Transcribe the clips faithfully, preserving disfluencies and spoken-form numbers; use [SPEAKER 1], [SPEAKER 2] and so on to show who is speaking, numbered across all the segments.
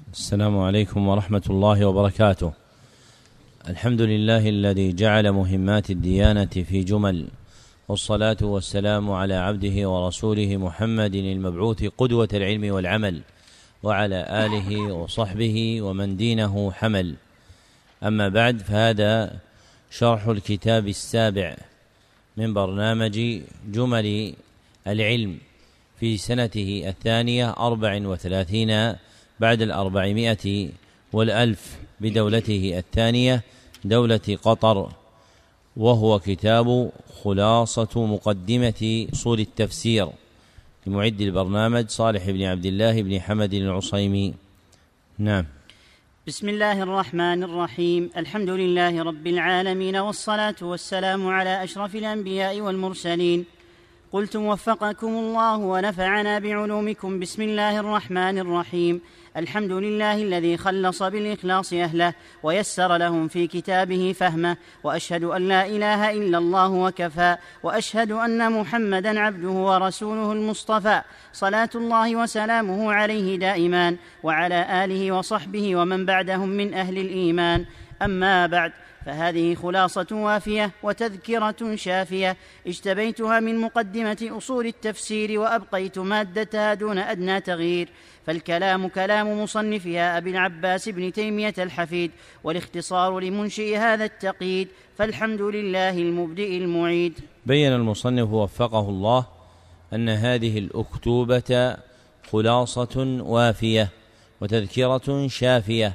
[SPEAKER 1] السلام عليكم ورحمة الله وبركاته. الحمد لله الذي جعل مهمات الديانة في جمل، والصلاة والسلام على عبده ورسوله محمد المبعوث قدوة العلم والعمل، وعلى آله وصحبه ومن دينه حمل. أما بعد، فهذا شرح الكتاب السابع من برنامج جمل العلم في سنته الثانية أربع وثلاثين بعد الأربعمائة والألف بدولته الثانية دولة قطر، وهو كتاب خلاصة مقدمة أصول التفسير لمعد البرنامج صالح بن عبد الله بن حمد العصيمي. نعم.
[SPEAKER 2] بسم الله الرحمن الرحيم. الحمد لله رب العالمين، والصلاة والسلام على أشرف الأنبياء والمرسلين. قلتم وفقكم الله ونفعنا بعلومكم. بسم الله الرحمن الرحيم. الحمد لله الذي خلص بالإخلاص أهله ويسر لهم في كتابه فهمه، وأشهد أن لا إله إلا الله وكفى، وأشهد أن محمدا عبده ورسوله المصطفى، صلاة الله وسلامه عليه دائما، وعلى آله وصحبه ومن بعدهم من أهل الإيمان. أما بعد، فهذه خلاصة وافية وتذكرة شافية اجتبيتها من مقدمة أصول التفسير، وأبقيت مادتها دون أدنى تغيير. فالكلام كلام مصنفها أبي العباس بن تيمية الحفيد، والاختصار لمنشئ هذا التقييد، فالحمد لله المبدئ المعيد.
[SPEAKER 1] بين المصنف وفقه الله أن هذه الأكتوبة خلاصة وافية وتذكرة شافية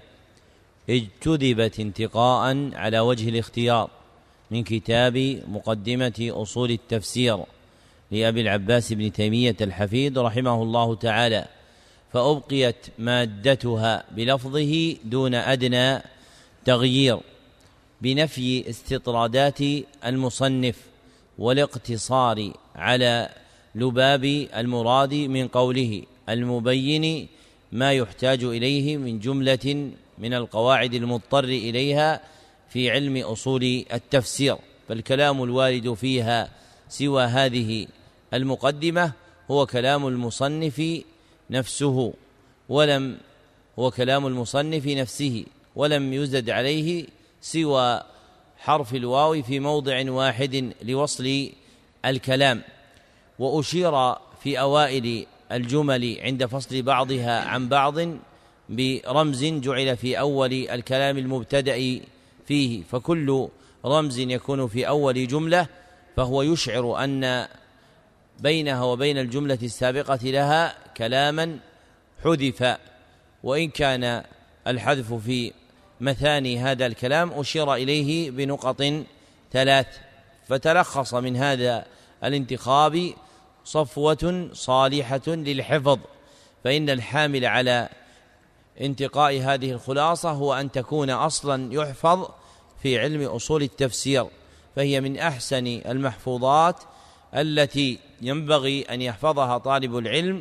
[SPEAKER 1] اجتذبت انتقاء على وجه الاختيار من كتاب مقدمة أصول التفسير لأبي العباس بن تيمية الحفيد رحمه الله تعالى، فأبقيت مادتها بلفظه دون أدنى تغيير، بنفي استطرادات المصنف والاقتصار على لباب المراد من قوله المبين ما يحتاج إليه من جملة من القواعد المضطر إليها في علم أصول التفسير. فالكلام الوارد فيها سوى هذه المقدمة هو كلام المصنف نفسه، ولم هو كلام المصنف نفسه ولم يزد عليه سوى حرف الواو في موضع واحد لوصل الكلام. وأشير في أوائل الجمل عند فصل بعضها عن بعض برمز جعل في أول الكلام المبتدأ فيه، فكل رمز يكون في أول جملة فهو يشعر أن بينها وبين الجملة السابقة لها كلاما حذف، وإن كان الحذف في مثاني هذا الكلام أشير إليه بنقط ثلاث. فتلخص من هذا الانتخاب صفوة صالحة للحفظ، فإن الحامل على انتقاء هذه الخلاصة هو أن تكون أصلا يحفظ في علم أصول التفسير، فهي من أحسن المحفوظات التي ينبغي أن يحفظها طالب العلم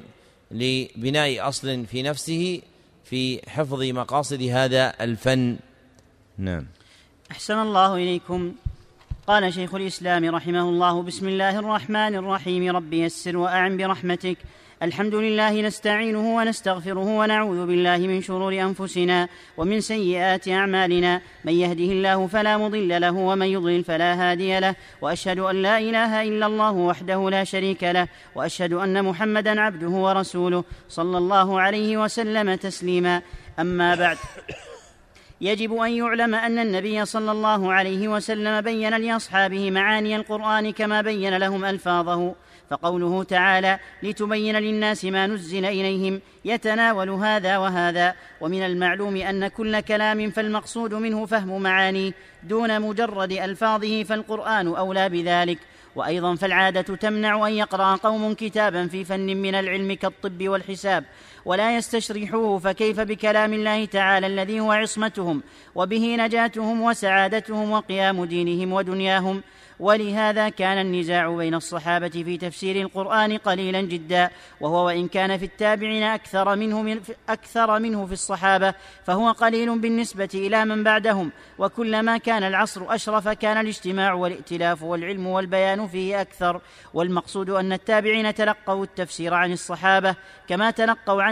[SPEAKER 1] لبناء أصل في نفسه في حفظ مقاصد هذا الفن. نعم.
[SPEAKER 2] أحسن الله إليكم. قال شيخ الإسلام رحمه الله: بسم الله الرحمن الرحيم. رب يسر وأعن برحمتك. الحمد لله نستعينه ونستغفره ونعوذ بالله من شرور أنفسنا ومن سيئات أعمالنا، من يهده الله فلا مضل له ومن يضلل فلا هادي له، وأشهد أن لا إله إلا الله وحده لا شريك له، وأشهد أن محمدا عبده ورسوله صلى الله عليه وسلم تسليما. أما بعد، يجب أن يعلم أن النبي صلى الله عليه وسلم بين لأصحابه معاني القرآن كما بين لهم ألفاظه، فقوله تعالى: لتبين للناس ما نزل إليهم يتناول هذا وهذا. ومن المعلوم أن كل كلام فالمقصود منه فهم معانيه دون مجرد ألفاظه، فالقرآن أولى بذلك. وأيضا فالعادة تمنع أن يقرأ قوم كتابا في فن من العلم كالطب والحساب ولا يستشرحوه، فكيف بكلام الله تعالى الذي هو عصمتهم وبه نجاتهم وسعادتهم وقيام دينهم ودنياهم. ولهذا كان النزاع بين الصحابة في تفسير القرآن قليلا جدا، وهو وإن كان في التابعين أكثر منه, من أكثر منه في الصحابة فهو قليل بالنسبة إلى من بعدهم، وكلما كان العصر أشرف كان الاجتماع والائتلاف والعلم والبيان فيه أكثر. والمقصود أن التابعين تلقوا التفسير عن الصحابة كما تلقوا عن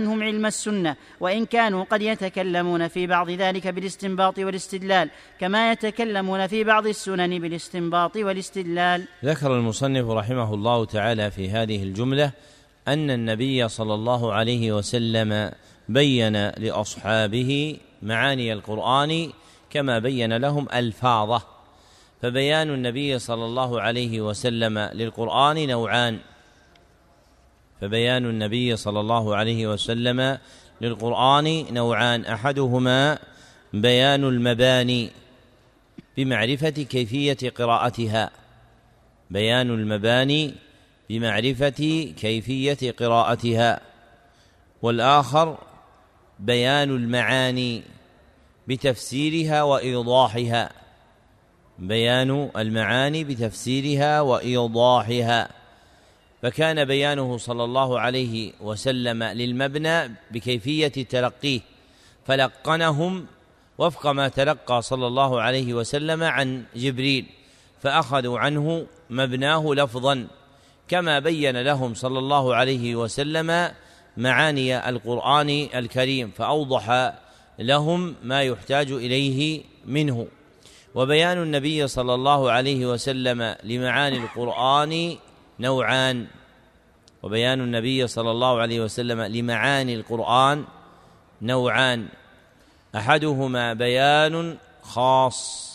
[SPEAKER 2] عنهم علم السنة، وإن كانوا قد يتكلمون في بعض ذلك بالاستنباط والاستدلال كما يتكلمون في بعض السنن بالاستنباط والاستدلال.
[SPEAKER 1] ذكر المصنف رحمه الله تعالى في هذه الجملة أن النبي صلى الله عليه وسلم بين لأصحابه معاني القرآن كما بين لهم ألفاظه، فبيان النبي صلى الله عليه وسلم للقرآن نوعان فبيان النبي صلى الله عليه وسلم للقرآن نوعان أحدهما بيان المباني بمعرفة كيفية قراءتها بيان المباني بمعرفة كيفية قراءتها والآخر بيان المعاني بتفسيرها وإيضاحها بيان المعاني بتفسيرها وإيضاحها فكان بيانه صلى الله عليه وسلم للمبنى بكيفية تلقيه فلقنهم وفق ما تلقى صلى الله عليه وسلم عن جبريل فأخذوا عنه مبناه لفظا، كما بين لهم صلى الله عليه وسلم معاني القرآن الكريم فأوضح لهم ما يحتاج إليه منه. وبيان النبي صلى الله عليه وسلم لمعاني القرآن نوعان وبيان النبي صلى الله عليه وسلم لمعاني القرآن نوعان أحدهما بيان خاص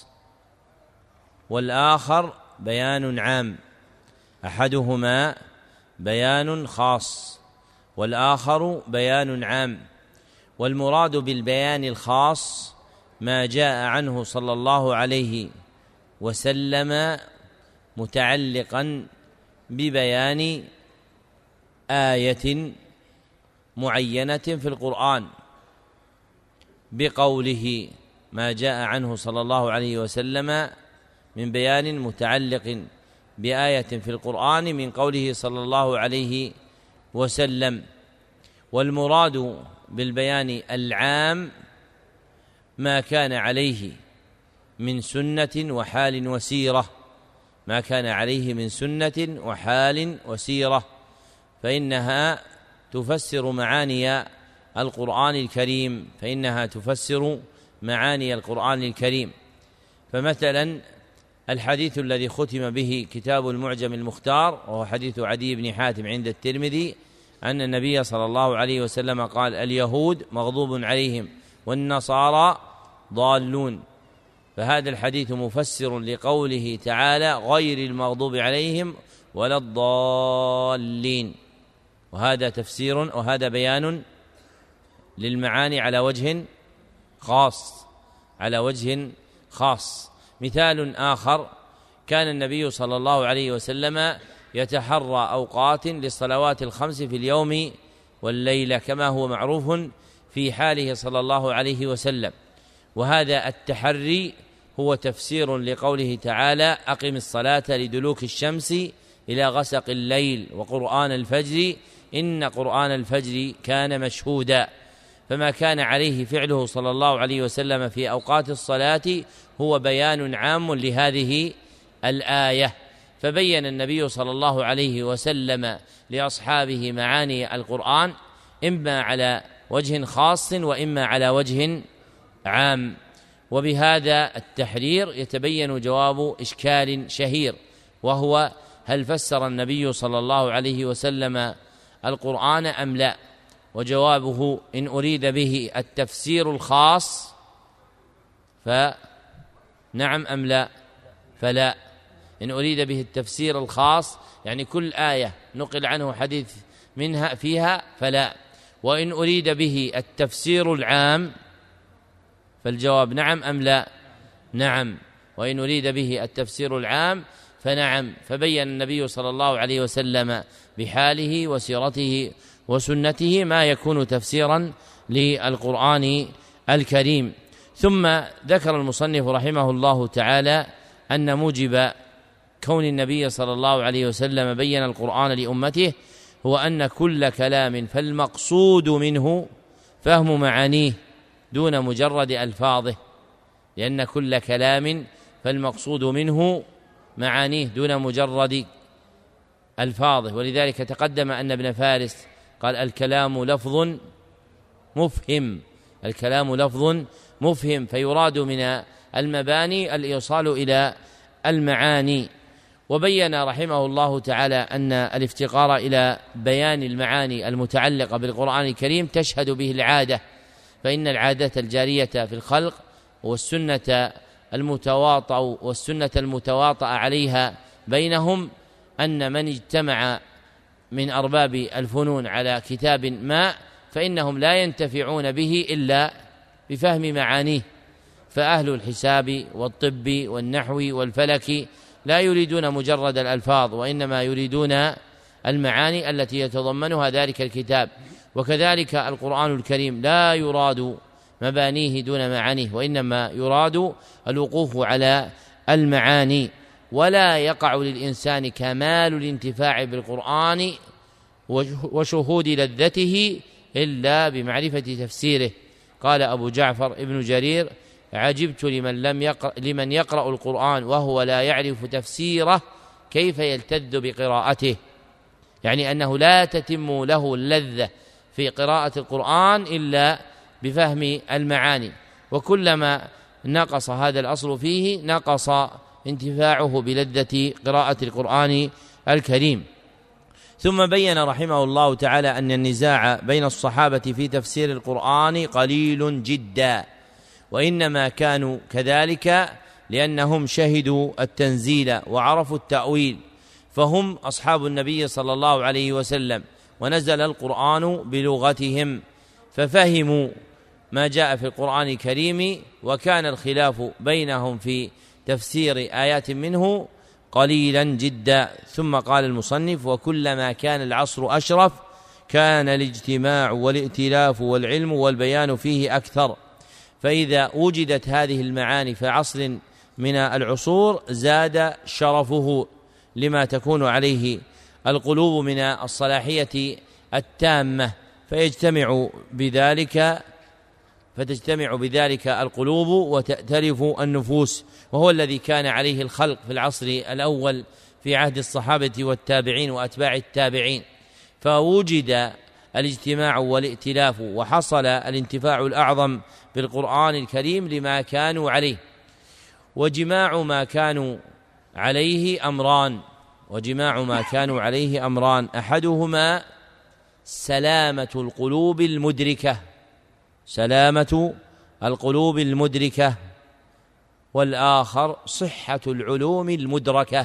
[SPEAKER 1] والآخر بيان عام أحدهما بيان خاص والآخر بيان عام. والمراد بالبيان الخاص ما جاء عنه صلى الله عليه وسلم متعلقا ببيان آية معينة في القرآن بقوله ما جاء عنه صلى الله عليه وسلم من بيان متعلق بآية في القرآن من قوله صلى الله عليه وسلم. والمراد بالبيان العام ما كان عليه من سنة وحال وسيرة ما كان عليه من سنة وحال وسيرة فإنها تفسر معاني القرآن الكريم فإنها تفسر معاني القرآن الكريم. فمثلا الحديث الذي ختم به كتاب المعجم المختار وهو حديث عدي بن حاتم عند الترمذي أن النبي صلى الله عليه وسلم قال اليهود مغضوب عليهم والنصارى ضالون، فهذا الحديث مفسر لقوله تعالى غير المغضوب عليهم ولا الضالين، وهذا تفسير وهذا بيان للمعاني على وجه خاص على وجه خاص. مثال آخر كان النبي صلى الله عليه وسلم يتحرى أوقات للصلوات الخمس في اليوم والليلة كما هو معروف في حاله صلى الله عليه وسلم، وهذا التحري هو تفسير لقوله تعالى أقم الصلاة لدلوك الشمس إلى غسق الليل وقرآن الفجر إن قرآن الفجر كان مشهودا. فما كان عليه فعله صلى الله عليه وسلم في أوقات الصلاة هو بيان عام لهذه الآية، فبين النبي صلى الله عليه وسلم لأصحابه معاني القرآن إما على وجه خاص وإما على وجه عام. وبهذا التحرير يتبين جواب إشكال شهير، وهو هل فسر النبي صلى الله عليه وسلم القرآن أم لا؟ وجوابه إن أريد به التفسير الخاص فنعم أم لا؟ فلا. إن أريد به التفسير الخاص يعني كل آية نقل عنه حديث منها فيها فلا. وإن أريد به التفسير العام فالجواب نعم أم لا؟ نعم. وإن أريد به التفسير العام فنعم. فبين النبي صلى الله عليه وسلم بحاله وسيرته وسنته ما يكون تفسيرا للقرآن الكريم. ثم ذكر المصنف رحمه الله تعالى أن موجب كون النبي صلى الله عليه وسلم بين القرآن لأمته هو أن كل كلام فالمقصود منه فهم معانيه دون مجرد ألفاظه، لأن كل كلام فالمقصود منه معانيه دون مجرد ألفاظه. ولذلك تقدم أن ابن فارس قال الكلام لفظ مفهم، الكلام لفظ مفهم، فيراد من المباني الإيصال إلى المعاني. وبين رحمه الله تعالى أن الافتقار إلى بيان المعاني المتعلقة بالقرآن الكريم تشهد به العادة، فإن العادة الجارية في الخلق والسنة المتواطأ والسنة المتواطأ عليها بينهم أن من اجتمع من أرباب الفنون على كتاب ما فإنهم لا ينتفعون به إلا بفهم معانيه، فأهل الحساب والطب والنحو والفلك لا يريدون مجرد الألفاظ، وإنما يريدون المعاني التي يتضمنها ذلك الكتاب. وكذلك القرآن الكريم لا يراد مبانيه دون معانيه، وإنما يراد الوقوف على المعاني. ولا يقع للإنسان كمال الانتفاع بالقرآن وشهود لذته إلا بمعرفة تفسيره. قال أبو جعفر ابن جرير: عجبت لمن, لم يقرأ لمن يقرأ القرآن وهو لا يعرف تفسيره كيف يلتذ بقراءته، يعني أنه لا تتم له اللذة في قراءة القرآن إلا بفهم المعاني، وكلما نقص هذا الأصل فيه نقص انتفاعه بلذة قراءة القرآن الكريم. ثم بين رحمه الله تعالى أن النزاع بين الصحابة في تفسير القرآن قليل جدا، وإنما كانوا كذلك لأنهم شهدوا التنزيل وعرفوا التأويل، فهم أصحاب النبي صلى الله عليه وسلم، ونزل القرآن بلغتهم ففهموا ما جاء في القرآن الكريم، وكان الخلاف بينهم في تفسير آيات منه قليلا جدا. ثم قال المصنف: وكلما كان العصر أشرف كان الاجتماع والائتلاف والعلم والبيان فيه أكثر، فإذا وجدت هذه المعاني في عصر من العصور زاد شرفه لما تكون عليه القلوب من الصلاحية التامة، فيجتمع بذلك فتجتمع بذلك القلوب وتأتلف النفوس، وهو الذي كان عليه الخلق في العصر الأول في عهد الصحابة والتابعين وأتباع التابعين، فوجد الاجتماع والائتلاف وحصل الانتفاع الأعظم بالقرآن الكريم لما كانوا عليه. وجماع ما كانوا عليه أمران وجماع ما كانوا عليه أمران أحدهما سلامة القلوب المدركة سلامة القلوب المدركة والآخر صحة العلوم المدركة.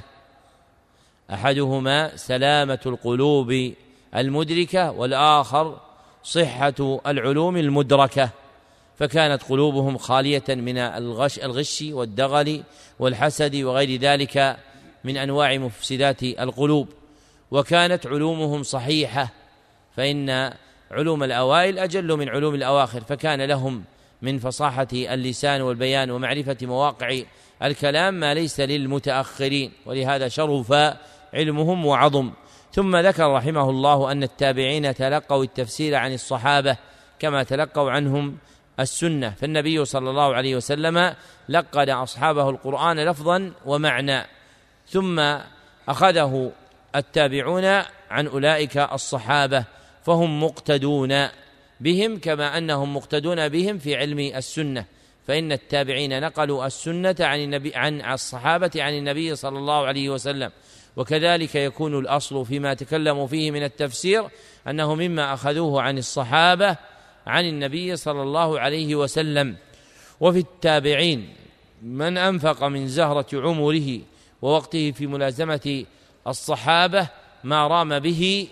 [SPEAKER 1] أحدهما سلامة القلوب المدركة والآخر صحة العلوم المدركة، فكانت قلوبهم خالية من الغش, الغش والدغل والحسد وغير ذلك من أنواع مفسدات القلوب، وكانت علومهم صحيحة، فإن علوم الأوائل أجل من علوم الأواخر، فكان لهم من فصاحة اللسان والبيان ومعرفة مواقع الكلام ما ليس للمتأخرين، ولهذا شرف علمهم وعظم. ثم ذكر رحمه الله أن التابعين تلقوا التفسير عن الصحابة كما تلقوا عنهم السنة، فالنبي صلى الله عليه وسلم لقن أصحابه القرآن لفظا ومعنى، ثم أخذه التابعون عن أولئك الصحابة، فهم مقتدون بهم كما أنهم مقتدون بهم في علم السنة، فإن التابعين نقلوا السنة عن النبي عن الصحابة عن النبي صلى الله عليه وسلم. وكذلك يكون الأصل فيما تكلموا فيه من التفسير أنه مما أخذوه عن الصحابة عن النبي صلى الله عليه وسلم. وفي التابعين من أنفق من زهرة عمره ووقته في ملازمة الصحابة ما رام به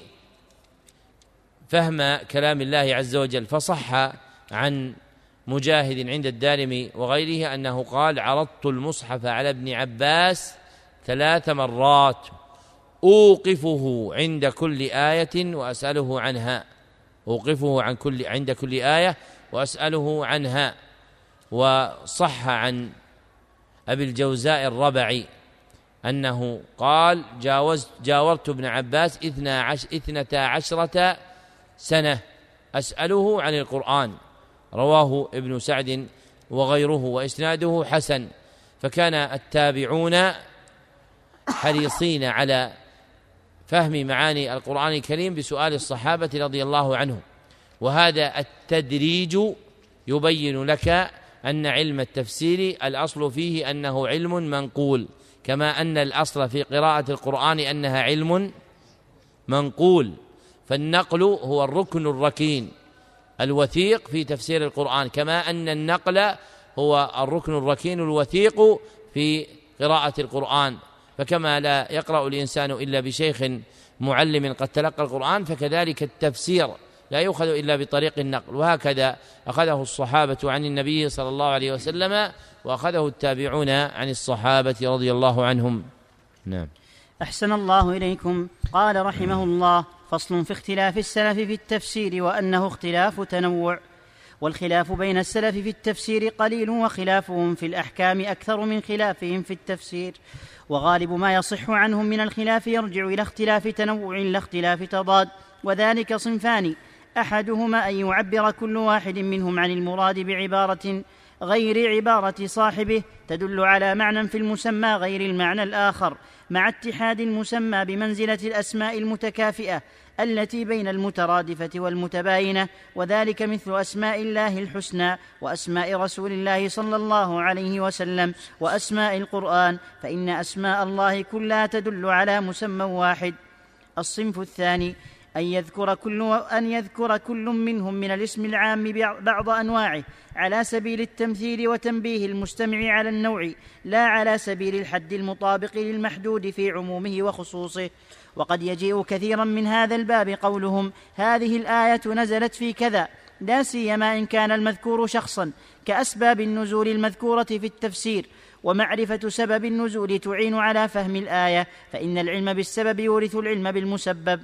[SPEAKER 1] فهم كلام الله عز وجل، فصح عن مجاهد عند الدارمي وغيره أنه قال: عرضت المصحف على ابن عباس ثلاث مرات أوقفه عند كل آية وأسأله عنها أوقفه عن كل عند كل آية وأسأله عنها. وصح عن أبي الجوزاء الربعي أنه قال: جاوزت جاورت ابن عباس اثنتا عشرة سنة أسأله عن القرآن، رواه ابن سعد وغيره وإسناده حسن. فكان التابعون حريصين على فهم معاني القرآن الكريم بسؤال الصحابة رضي الله عنهم. وهذا التدريج يبين لك أن علم التفسير الأصل فيه أنه علم منقول، كما أن الأصل في قراءة القرآن أنها علم منقول، فالنقل هو الركن الركين الوثيق في تفسير القرآن، كما أن النقل هو الركن الركين الوثيق في قراءة القرآن. فكما لا يقرأ الإنسان إلا بشيخ معلم قد تلقى القرآن، فكذلك التفسير لا يؤخذ إلا بطريق النقل، وهكذا أخذه الصحابة عن النبي صلى الله عليه وسلم، وأخذه التابعون عن الصحابة رضي الله عنهم. نعم.
[SPEAKER 2] أحسن الله إليكم. قال رحمه الله: فصل في اختلاف السلف في التفسير، وأنه اختلاف تنوع. والخلاف بين السلف في التفسير قليل، وخلافهم في الأحكام أكثر من خلافهم في التفسير. وغالب ما يصح عنهم من الخلاف يرجع إلى اختلاف تنوع لا اختلاف تضاد، وذلك صنفان: أحدهما أن يعبر كل واحد منهم عن المراد بعبارة غير عبارة صاحبه تدل على معنى في المسمى غير المعنى الآخر، مع اتحاد المسمى بمنزلة الأسماء المتكافئة التي بين المترادفة والمتباينة، وذلك مثل أسماء الله الحسنى وأسماء رسول الله صلى الله عليه وسلم وأسماء القرآن، فإن أسماء الله كلها تدل على مسمى واحد. الصنف الثاني أن يذكر كل, أن يذكر كل منهم من الاسم العام بعض أنواعه على سبيل التمثيل وتنبيه المستمع على النوع، لا على سبيل الحد المطابق للمحدود في عمومه وخصوصه. وقد يجيء كثيرا من هذا الباب قولهم: هذه الآية نزلت في كذا، لا سيما إن كان المذكور شخصا، كأسباب النزول المذكورة في التفسير. ومعرفة سبب النزول تعين على فهم الآية، فإن العلم بالسبب يورث العلم بالمسبب.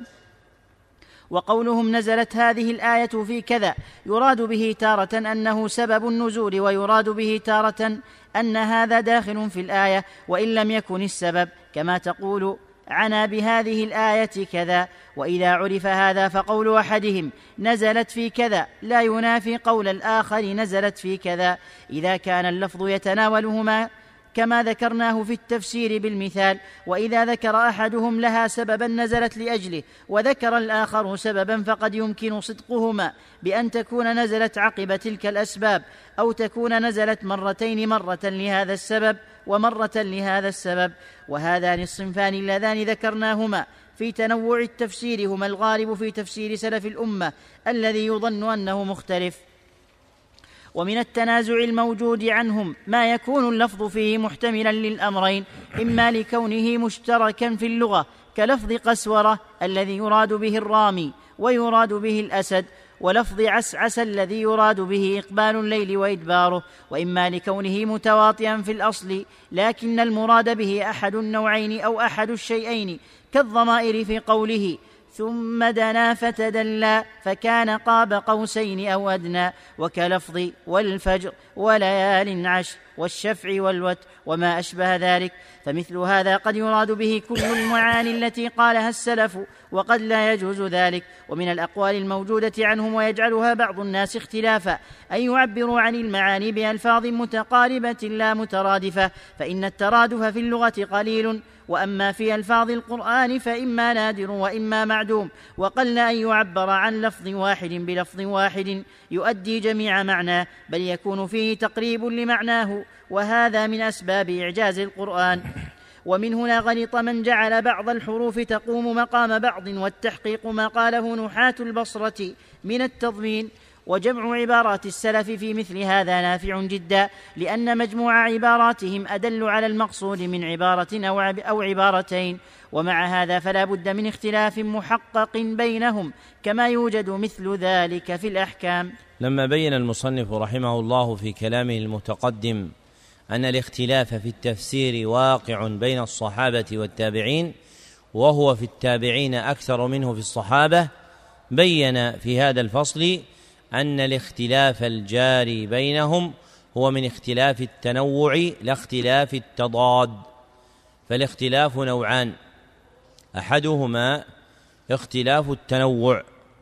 [SPEAKER 2] وقولهم نزلت هذه الآية في كذا يراد به تارة أنه سبب النزول، ويراد به تارة أن هذا داخل في الآية وإن لم يكن السبب، كما تقول عنا بهذه الآية كذا. وإذا عرف هذا فقول أحدهم نزلت في كذا لا ينافي قول الآخر نزلت في كذا، إذا كان اللفظ يتناولهما كما ذكرناه في التفسير بالمثال. وإذا ذكر أحدهم لها سببا نزلت لأجله وذكر الآخر سببا، فقد يمكن صدقهما بأن تكون نزلت عقب تلك الأسباب، أو تكون نزلت مرتين، مرة لهذا السبب ومرة لهذا السبب. وهذان الصنفان اللذان ذكرناهما في تنوع التفسير هما الغالب في تفسير سلف الأمة الذي يظن أنه مختلف. ومن التنازع الموجود عنهم ما يكون اللفظ فيه محتملا للأمرين، إما لكونه مشتركا في اللغة كلفظ قسورة الذي يراد به الرامي ويراد به الأسد، ولفظ عسعس الذي يراد به إقبال الليل وإدباره، وإما لكونه متواطئا في الأصل لكن المراد به أحد النوعين أو أحد الشيئين، كالضمائر في قوله ثم دنا فتدلى فكان قاب قوسين أو أدنى، وكلفظ والفجر وليال عشر والشفع والوتر وما أشبه ذلك. فمثل هذا قد يراد به كل المعاني التي قالها السلف، وقد لا يجوز ذلك. ومن الأقوال الموجودة عنهم ويجعلها بعض الناس اختلافا أن يعبروا عن المعاني بألفاظ متقاربة لا مترادفة، فإن الترادف في اللغة قليل، وأما في ألفاظ القرآن فإما نادر وإما معدوم، وقل أن يعبر عن لفظ واحد بلفظ واحد يؤدي جميع معناه، بل يكون فيه تقريب لمعناه، وهذا من أسباب إعجاز القرآن. ومن هنا غلط من جعل بعض الحروف تقوم مقام بعض، والتحقيق ما قاله نحاة البصرة من التضمين. وجمع عبارات السلف في مثل هذا نافع جدا، لأن مجموع عباراتهم أدل على المقصود من عبارة أو عبارتين. ومع هذا فلا بد من اختلاف محقق بينهم، كما يوجد مثل ذلك في الأحكام.
[SPEAKER 1] لما بين المصنف رحمه الله في كلامه المتقدم أن الاختلاف في التفسير واقع بين الصحابة والتابعين، وهو في التابعين أكثر منه في الصحابة، بين في هذا الفصل أن الاختلاف الجاري بينهم هو من اختلاف التنوع لا اختلاف التضاد. فالاختلاف نوعان: أحدهما اختلاف التنوع،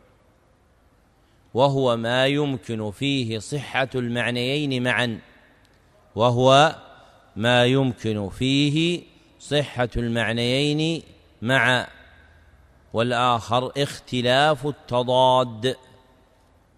[SPEAKER 1] وهو ما يمكن فيه صحة المعنيين معا وهو ما يمكن فيه صحة المعنيين معا والآخر اختلاف التضاد،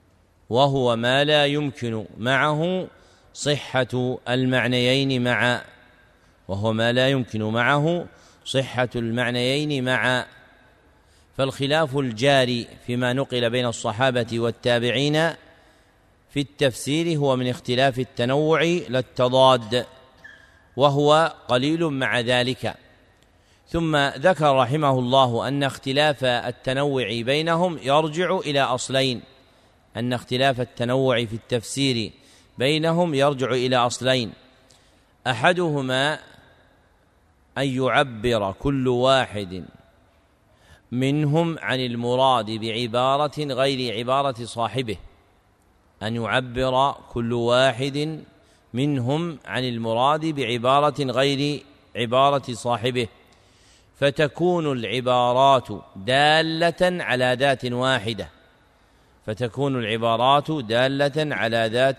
[SPEAKER 1] وهو ما لا يمكن معه صحة المعنيين معا وهو ما لا يمكن معه صحة المعنيين معا فالخلاف الجاري فيما نقل بين الصحابة والتابعين في التفسير هو من اختلاف التنوع لا التضاد، وهو قليل مع ذلك. ثم ذكر رحمه الله أن اختلاف التنوع بينهم يرجع إلى أصلين أن اختلاف التنوع في التفسير بينهم يرجع إلى أصلين أحدهما أن يعبر كل واحد منهم عن المراد بعبارة غير عبارة صاحبه أن يعبر كل واحد منهم عن المراد بعبارة غير عبارة صاحبه، فتكون العبارات دالة على ذات واحدة فتكون العبارات دالة على ذات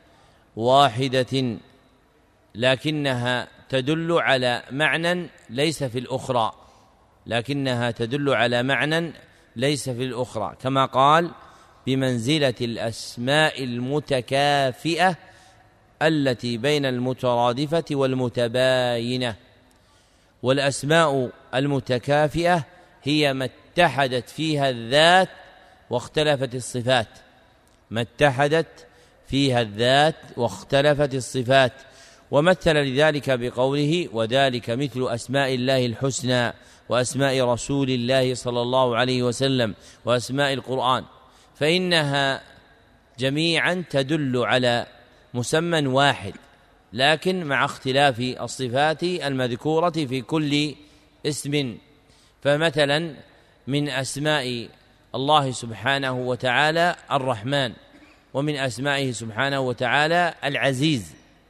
[SPEAKER 1] واحدة لكنها تدل على معنى ليس في الأخرى لكنها تدل على معنى ليس في الأخرى كما قال بمنزلة الأسماء المتكافئة التي بين المترادفة والمتباينة. والأسماء المتكافئة هي ما اتحدت فيها الذات واختلفت الصفات ما اتحدت فيها الذات واختلفت الصفات. ومثل لذلك بقوله وذلك مثل أسماء الله الحسنى وأسماء رسول الله صلى الله عليه وسلم وأسماء القرآن، فإنها جميعا تدل على مسمى واحد لكن مع اختلاف الصفات المذكورة في كل اسم. فمثلا من أسماء الله سبحانه وتعالى الرحمن، ومن أسمائه سبحانه وتعالى العزيز،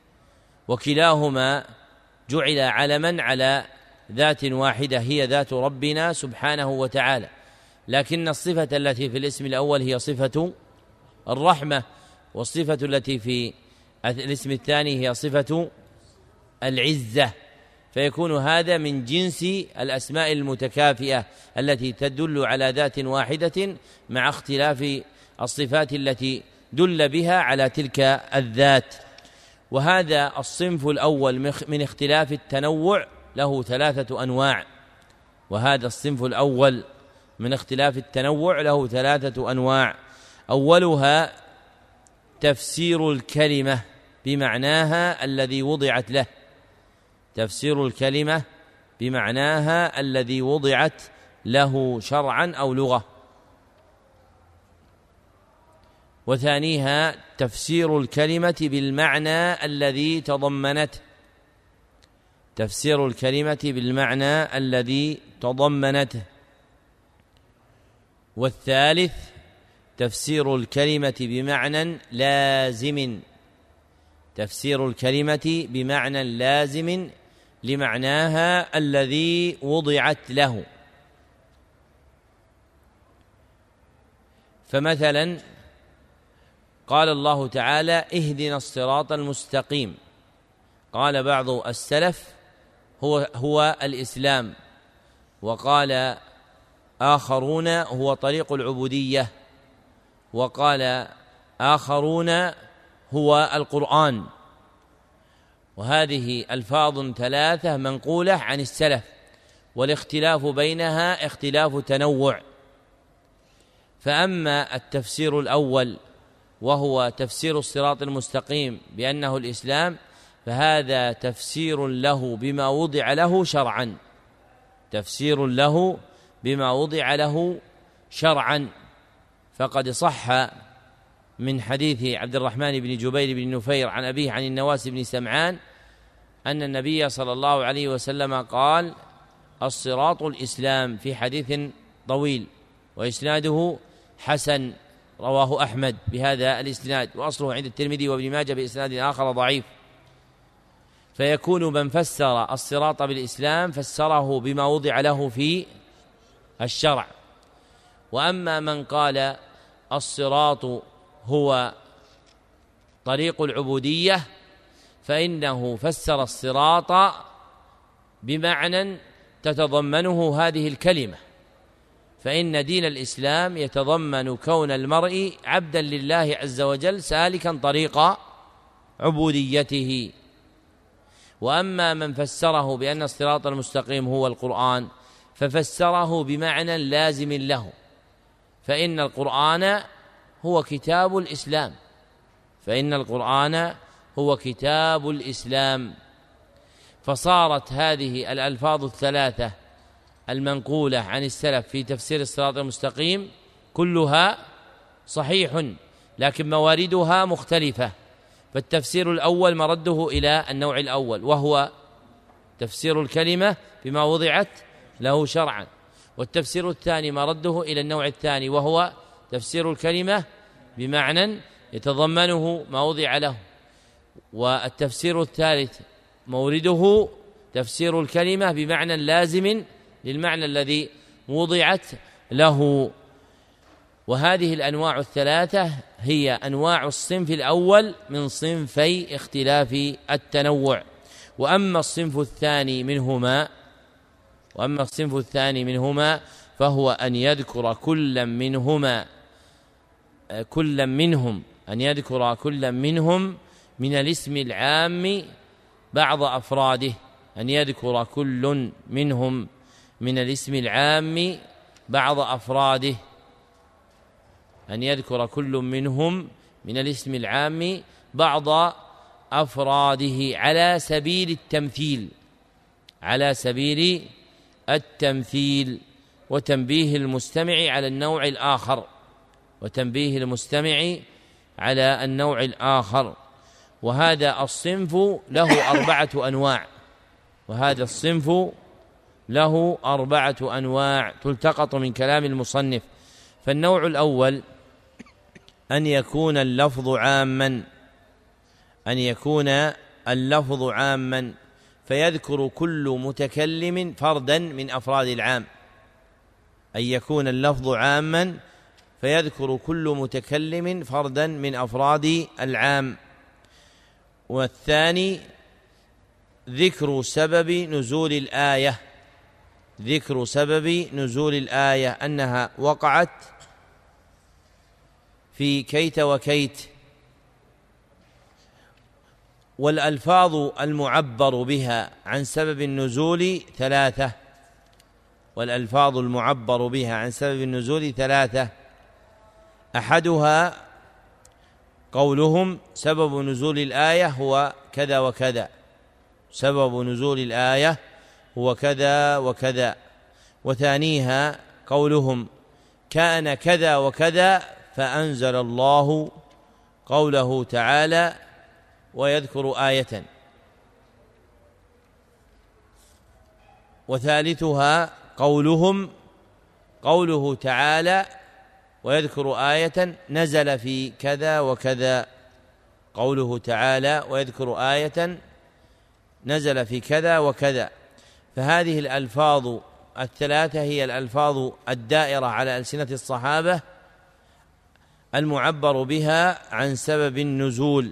[SPEAKER 1] وكلاهما جعل علما على ذات واحدة هي ذات ربنا سبحانه وتعالى، لكن الصفة التي في الاسم الأول هي صفة الرحمة، والصفة التي في الاسم الثاني هي صفة العزة، فيكون هذا من جنس الأسماء المتكافئة التي تدل على ذات واحدة مع اختلاف الصفات التي دل بها على تلك الذات. وهذا الصنف الأول من اختلاف التنوع له ثلاثة أنواع وهذا الصنف الأول من اختلاف التنوع له ثلاثة أنواع. أولها تفسير الكلمة بمعناها الذي وضعت له تفسير الكلمة بمعناها الذي وضعت له شرعا أو لغة. وثانيها تفسير الكلمة بالمعنى الذي تضمنته تفسير الكلمة بالمعنى الذي تضمنته. والثالث تفسير الكلمة بمعنى لازم تفسير الكلمة بمعنى لازم لمعناها الذي وضعت له. فمثلا قال الله تعالى اهدنا الصراط المستقيم، قال بعض السلف هو هو الإسلام، وقال آخرون هو طريق العبودية، وقال آخرون هو القرآن. وهذه ألفاظ ثلاثة منقولة عن السلف، والاختلاف بينها اختلاف تنوع. فأما التفسير الأول وهو تفسير الصراط المستقيم بأنه الإسلام، فهذا تفسير له بما وضع له شرعا تفسير له بما وضع له شرعا فقد صح من حديث عبد الرحمن بن جبير بن نفير عن أبيه عن النواس بن سمعان أن النبي صلى الله عليه وسلم قال الصراط الإسلام في حديث طويل وإسناده حسن رواه أحمد بهذا الإسناد، وأصله عند الترمذي وابن ماجه بإسناد آخر ضعيف. فيكون من فسر الصراط بالإسلام فسره بما وضع له في الشرع. وأما من قال الصراط هو طريق العبودية فإنه فسر الصراط بمعنى تتضمنه هذه الكلمة، فإن دين الإسلام يتضمن كون المرء عبدا لله عز وجل سالكا طريق عبوديته. وأما من فسره بأن الصراط المستقيم هو القرآن ففسره بمعنى لازم له، فإن القرآن هو كتاب الإسلام فإن القرآن هو كتاب الإسلام فصارت هذه الألفاظ الثلاثة المنقولة عن السلف في تفسير الصراط المستقيم كلها صحيح، لكن مواردها مختلفة. فالتفسير الأول مرده إلى النوع الأول وهو تفسير الكلمة بما وضعت له شرعا، والتفسير الثاني مرده إلى النوع الثاني وهو تفسير الكلمة بمعنى يتضمنه ما وضع له، والتفسير الثالث مورده تفسير الكلمة بمعنى لازم للمعنى الذي وضعت له. وهذه الأنواع الثلاثة هي أنواع الصنف الأول من صنفي اختلاف التنوع. وأما الصنف الثاني منهما وأما الصنف الثاني منهما فهو أن يذكر كل منهما كل منهم أن يذكر كل منهم من الاسم العام بعض أفراده أن يذكر كل منهم من الاسم العام بعض أفراده أن يذكر كل منهم من الاسم العام بعض أفراده على سبيل التمثيل على سبيل التمثيل وتنبيه المستمع على النوع الآخر وتنبيه المستمع على النوع الآخر. وهذا الصنف له أربعة أنواع وهذا الصنف له أربعة أنواع تلتقط من كلام المصنف. فالنوع الأول أن يكون اللفظ عاما أن يكون اللفظ عاما فيذكر كل متكلم فردا من أفراد العام أن يكون اللفظ عاما فيذكر كل متكلم فردا من أفراد العام. والثاني ذكر سبب نزول الآية ذكر سبب نزول الآية أنها وقعت في كيت وكيت. والألفاظ المعبر بها عن سبب النزول ثلاثة والألفاظ المعبر بها عن سبب النزول ثلاثة أحدها قولهم سبب نزول الآية هو كذا وكذا سبب نزول الآية هو كذا وكذا. وثانيها قولهم كان كذا وكذا فأنزل الله قوله تعالى ويذكر آية. وثالثها قولهم قوله تعالى ويذكر آية نزل في كذا وكذا قوله تعالى ويذكر آية نزل في كذا وكذا. فهذه الألفاظ الثلاثة هي الألفاظ الدائرة على ألسنة الصحابة المعبر بها عن سبب النزول،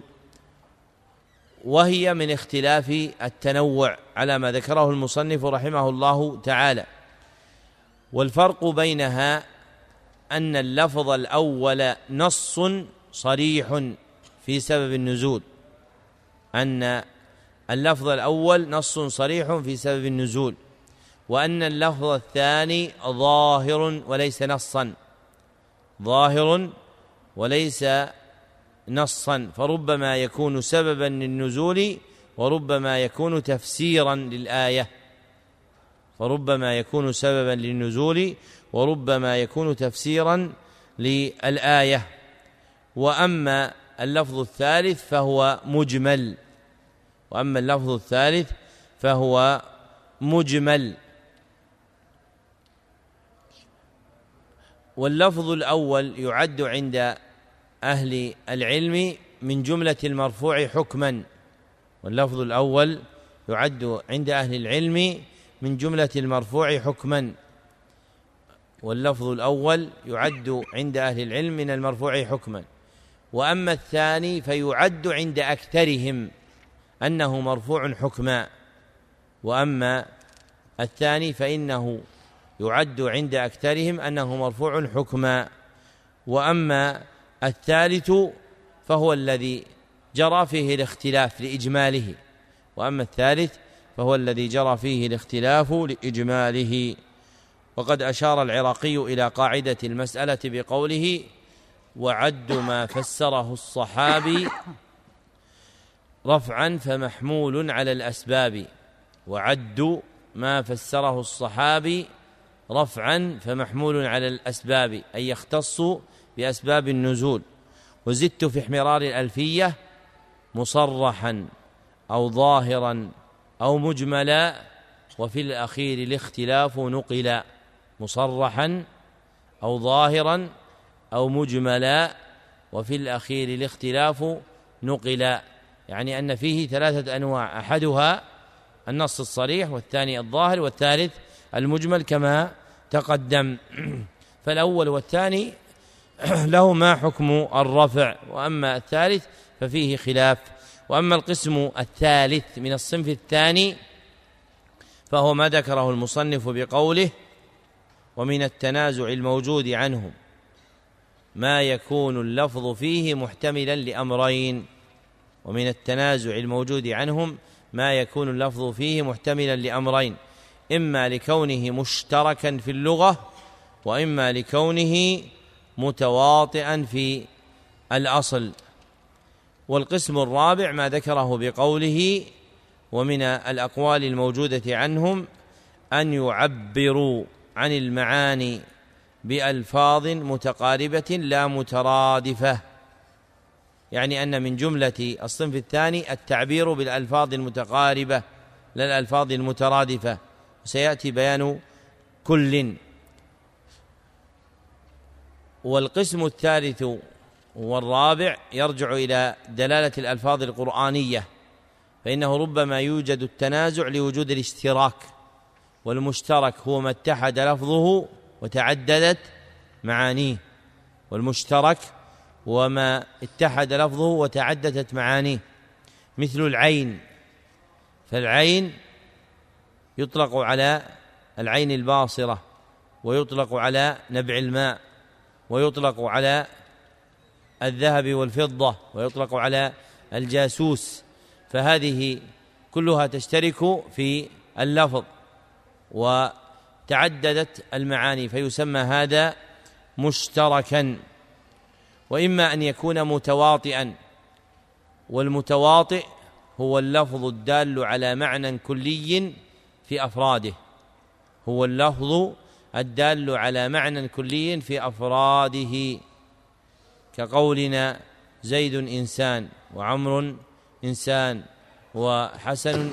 [SPEAKER 1] وهي من اختلاف التنوع على ما ذكره المصنف رحمه الله تعالى. والفرق بينها أن اللفظ الأول نص صريح في سبب النزول أن اللفظ الأول نص صريح في سبب النزول وأن اللفظ الثاني ظاهر وليس نصا ظاهر وليس نصا فربما يكون سببا للنزول وربما يكون تفسيرا للآية فربما يكون سببا للنزول وربما يكون تفسيرا للآية. وأما اللفظ الثالث فهو مجمل وأما اللفظ الثالث فهو مجمل. واللفظ الأول يعد عند أهل العلم من جملة المرفوع حكما واللفظ الأول يعد عند أهل العلم من جملة المرفوع حكما واللفظ الأول يعد عند أهل العلم من المرفوع حكما. وأما الثاني فيعد عند أكثرهم أنه مرفوع حكما وأما الثاني فإنه يعد عند أكثرهم أنه مرفوع حكما. وأما الثالث فهو الذي جرى فيه الاختلاف لإجماله وأما الثالث فهو الذي جرى فيه الاختلاف لإجماله. وقد أشار العراقي إلى قاعدة المسألة بقوله: وعد ما فسره الصحابي رفعا فمحمول على الأسباب. وعد ما فسره الصحابي رفعا فمحمول على الأسباب، أي يختص بأسباب النزول. وزدت في احمرار الألفية: مصرحا أو ظاهرا أو مجملا، وفي الأخير الاختلاف نقلا. مصرحا أو ظاهرا أو مجملا، وفي الأخير الاختلاف نقلا، يعني أن فيه ثلاثة أنواع: أحدها النص الصريح، والثاني الظاهر، والثالث المجمل كما تقدم. فالأول والثاني لهما حكم الرفع، وأما الثالث ففيه خلاف. وأما القسم الثالث من الصنف الثاني فهو ما ذكره المصنف بقوله: ومن التنازع الموجود عنهم ما يكون اللفظ فيه محتملا لأمرين. ومن التنازع الموجود عنهم ما يكون اللفظ فيه محتملا لأمرين: إما لكونه مشتركا في اللغة، وإما لكونه متواطئا في الأصل. والقسم الرابع ما ذكره بقوله: ومن الأقوال الموجودة عنهم أن يعبروا عن المعاني بألفاظ متقاربة لا مترادفة، يعني أن من جملة الصنف الثاني التعبير بالألفاظ المتقاربة لا الألفاظ المترادفة، سيأتي بيان كل. والقسم الثالث والرابع يرجع إلى دلالة الألفاظ القرآنية، فإنه ربما يوجد التنازع لوجود الاشتراك، والمشترك هو ما اتحد لفظه وتعددت معانيه، والمشترك وما اتحد لفظه وتعددت معانيه، مثل العين. فالعين يطلق على العين الباصرة، ويطلق على نبع الماء، ويطلق على الذهب والفضة، ويطلق على الجاسوس، فهذه كلها تشترك في اللفظ وتعددت المعاني، فيسمى هذا مشتركا. وإما أن يكون متواطئا، والمتواطئ هو اللفظ الدال على معنى كلي في أفراده، هو اللفظ الدال على معنى كلي في أفراده، كقولنا زيد إنسان، وعمر إنسان، وحسن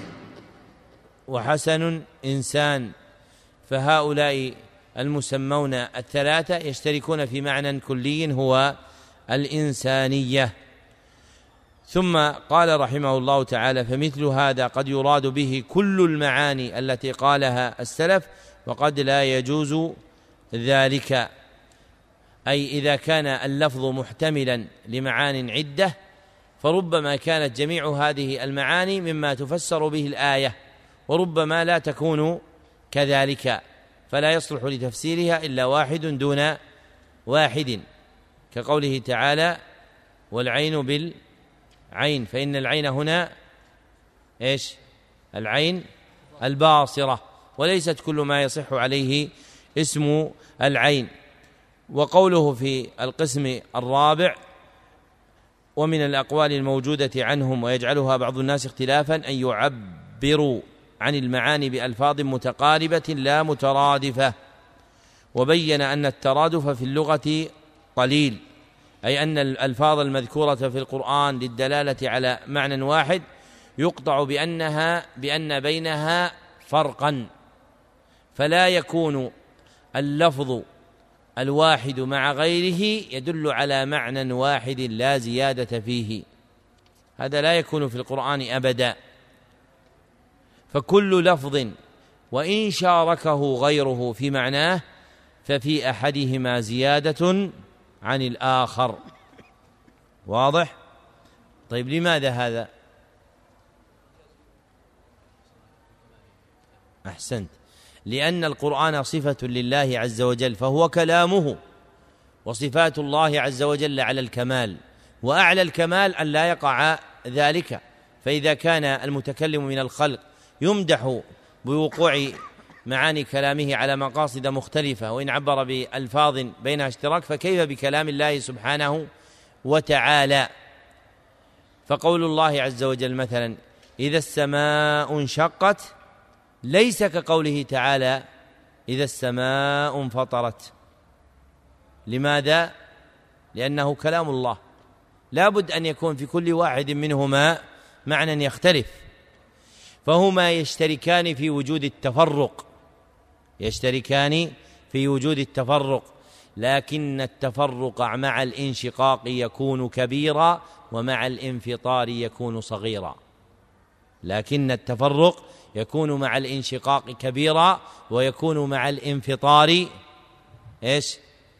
[SPEAKER 1] وحسن إنسان. فهؤلاء المسمون الثلاثة يشتركون في معنى كلي هو الإنسانية. ثم قال رحمه الله تعالى: فمثل هذا قد يراد به كل المعاني التي قالها السلف، وقد لا يجوز ذلك، أي إذا كان اللفظ محتملا لمعان عدة، فربما كانت جميع هذه المعاني مما تفسر به الآية، وربما لا تكون كذلك، فلا يصلح لتفسيرها إلا واحد دون واحد، كقوله تعالى: والعين بالعين، فإن العين هنا إيش؟ العين الباصرة، وليست كل ما يصح عليه اسم العين. وقوله في القسم الرابع: ومن الأقوال الموجودة عنهم ويجعلها بعض الناس اختلافا أن يعبروا عن المعاني بألفاظ متقاربة لا مترادفة. وبين أن الترادف في اللغة قليل، أي أن الألفاظ المذكورة في القرآن للدلالة على معنى واحد يقطع بأنها بأن بينها فرقا، فلا يكون اللفظ الواحد مع غيره يدل على معنى واحد لا زيادة فيه، هذا لا يكون في القرآن أبدا. فكل لفظ وإن شاركه غيره في معناه ففي أحدهما زيادة عن الآخر. واضح؟ طيب، لماذا هذا؟ أحسنت. لأن القرآن صفة لله عز وجل فهو كلامه، وصفات الله عز وجل على الكمال، وأعلى الكمال أن لا يقع ذلك. فإذا كان المتكلم من الخلق يمدح بوقوع معاني كلامه على مقاصد مختلفة وإن عبر بألفاظ بينها اشتراك، فكيف بكلام الله سبحانه وتعالى؟ فقول الله عز وجل مثلا إذا السماء انشقت ليس كقوله تعالى إذا السماء انفطرت. لماذا؟ لأنه كلام الله، لا بد أن يكون في كل واحد منهما معنى يختلف، فهما يشتركان في وجود التفرق، يشتركان في وجود التفرق، لكن التفرق مع الانشقاق يكون كبيرا ومع الانفطار يكون صغيرا. لكن التفرق يكون مع الانشقاق كبيرا ويكون مع الانفطار إيش؟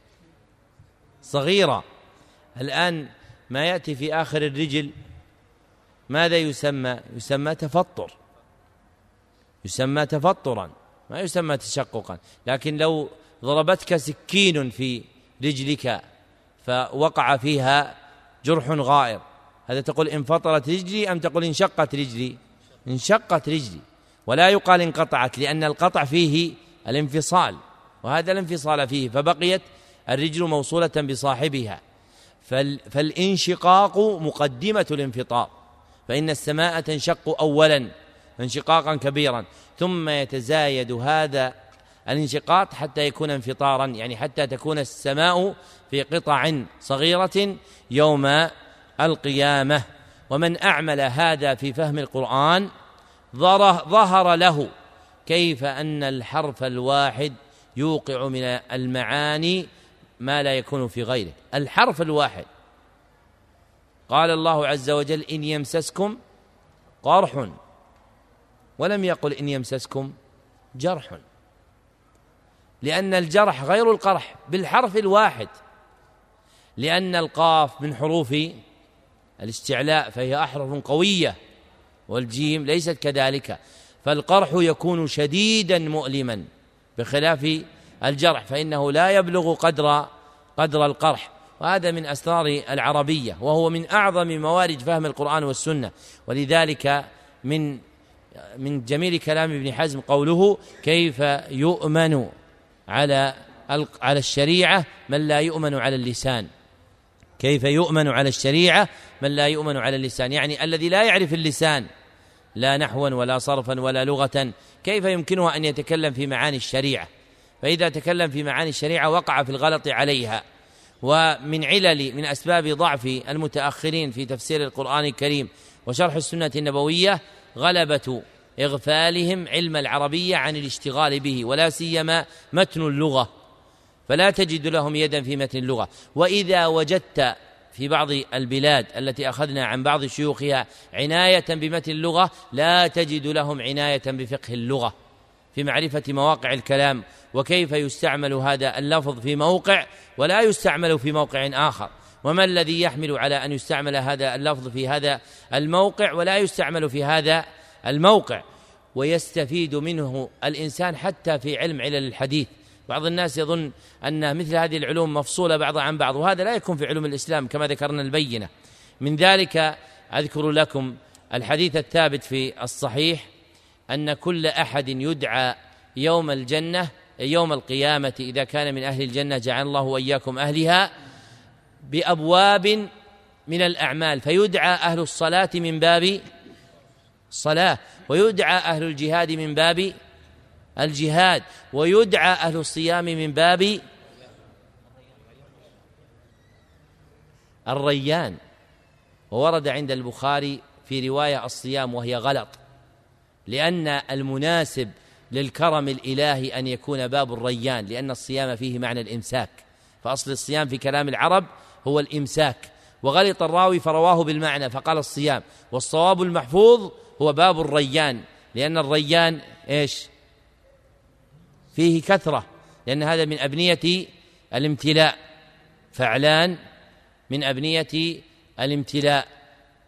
[SPEAKER 1] صغيرا. الآن ما يأتي في آخر الرجل ماذا يسمى؟ يسمى تفطر، يسمى تفطرا، ما يسمى تشققا. لكن لو ضربتك سكين في رجلك فوقع فيها جرح غائر، هذا تقول انفطرت رجلي أم تقول انشقت رجلي؟ انشقت رجلي، ولا يقال انقطعت، لأن القطع فيه الانفصال وهذا الانفصال فيه، فبقيت الرجل موصولة بصاحبها. فالانشقاق مقدمة الانفطار، فإن السماء تنشق أولا انشقاقا كبيرا، ثم يتزايد هذا الانشقاق حتى يكون انفطارا، يعني حتى تكون السماء في قطع صغيرة يوم القيامة. ومن أعمل هذا في فهم القرآن ظهر له كيف أن الحرف الواحد يوقع من المعاني ما لا يكون في غيره. الحرف الواحد، قال الله عز وجل إن يمسسكم قرح، ولم يقل إن يمسسكم جرح، لأن الجرح غير القرح بالحرف الواحد، لأن القاف من حروف الاستعلاء فهي أحرف قوية، والجيم ليست كذلك، فالقرح يكون شديدا مؤلما بخلاف الجرح فإنه لا يبلغ قدر قدر القرح. وهذا من أسرار العربية، وهو من أعظم موارد فهم القرآن والسنة. ولذلك من من جميل كلام ابن حزم قوله كيف يؤمن على على الشريعة من لا يؤمن على اللسان، كيف يؤمن على الشريعة من لا يؤمن على اللسان، يعني الذي لا يعرف اللسان لا نحوا ولا صرفا ولا لغة كيف يمكنه أن يتكلم في معاني الشريعة؟ فإذا تكلم في معاني الشريعة وقع في الغلط عليها. ومن علل من أسباب ضعف المتأخرين في تفسير القرآن الكريم وشرح السنة النبوية غلبة إغفالهم علم العربية عن الاشتغال به، ولا سيما متن اللغة، فلا تجد لهم يدا في متن اللغة. وإذا وجدت في بعض البلاد التي أخذنا عن بعض شيوخها عناية بمتن اللغة لا تجد لهم عناية بفقه اللغة في معرفة مواقع الكلام وكيف يستعمل هذا اللفظ في موقع ولا يستعمل في موقع آخر، وما الذي يحمل على أن يستعمل هذا اللفظ في هذا الموقع ولا يستعمل في هذا الموقع. ويستفيد منه الإنسان حتى في علم علل الحديث. بعض الناس يظن أن مثل هذه العلوم مفصولة بعضها عن بعض، وهذا لا يكون في علوم الإسلام كما ذكرنا البينة. من ذلك أذكر لكم الحديث الثابت في الصحيح أن كل أحد يدعى يوم الجنة يوم القيامة إذا كان من أهل الجنة جعل الله وإياكم أهلها بأبواب من الأعمال، فيدعى أهل الصلاة من باب الصلاة، ويدعى أهل الجهاد من باب الجهاد، ويدعى أهل الصيام من باب الريان. وورد عند البخاري في رواية الصيام وهي غلط، لأن المناسب للكرم الإلهي أن يكون باب الريان، لأن الصيام فيه معنى الإمساك، فأصل الصيام في كلام العرب هو الإمساك، وغلط الراوي فرواه بالمعنى فقال الصيام، والصواب المحفوظ هو باب الريان، لأن الريان إيش؟ فيه كثرة، لأن هذا من أبنية الامتلاء، فعلان من أبنية الامتلاء.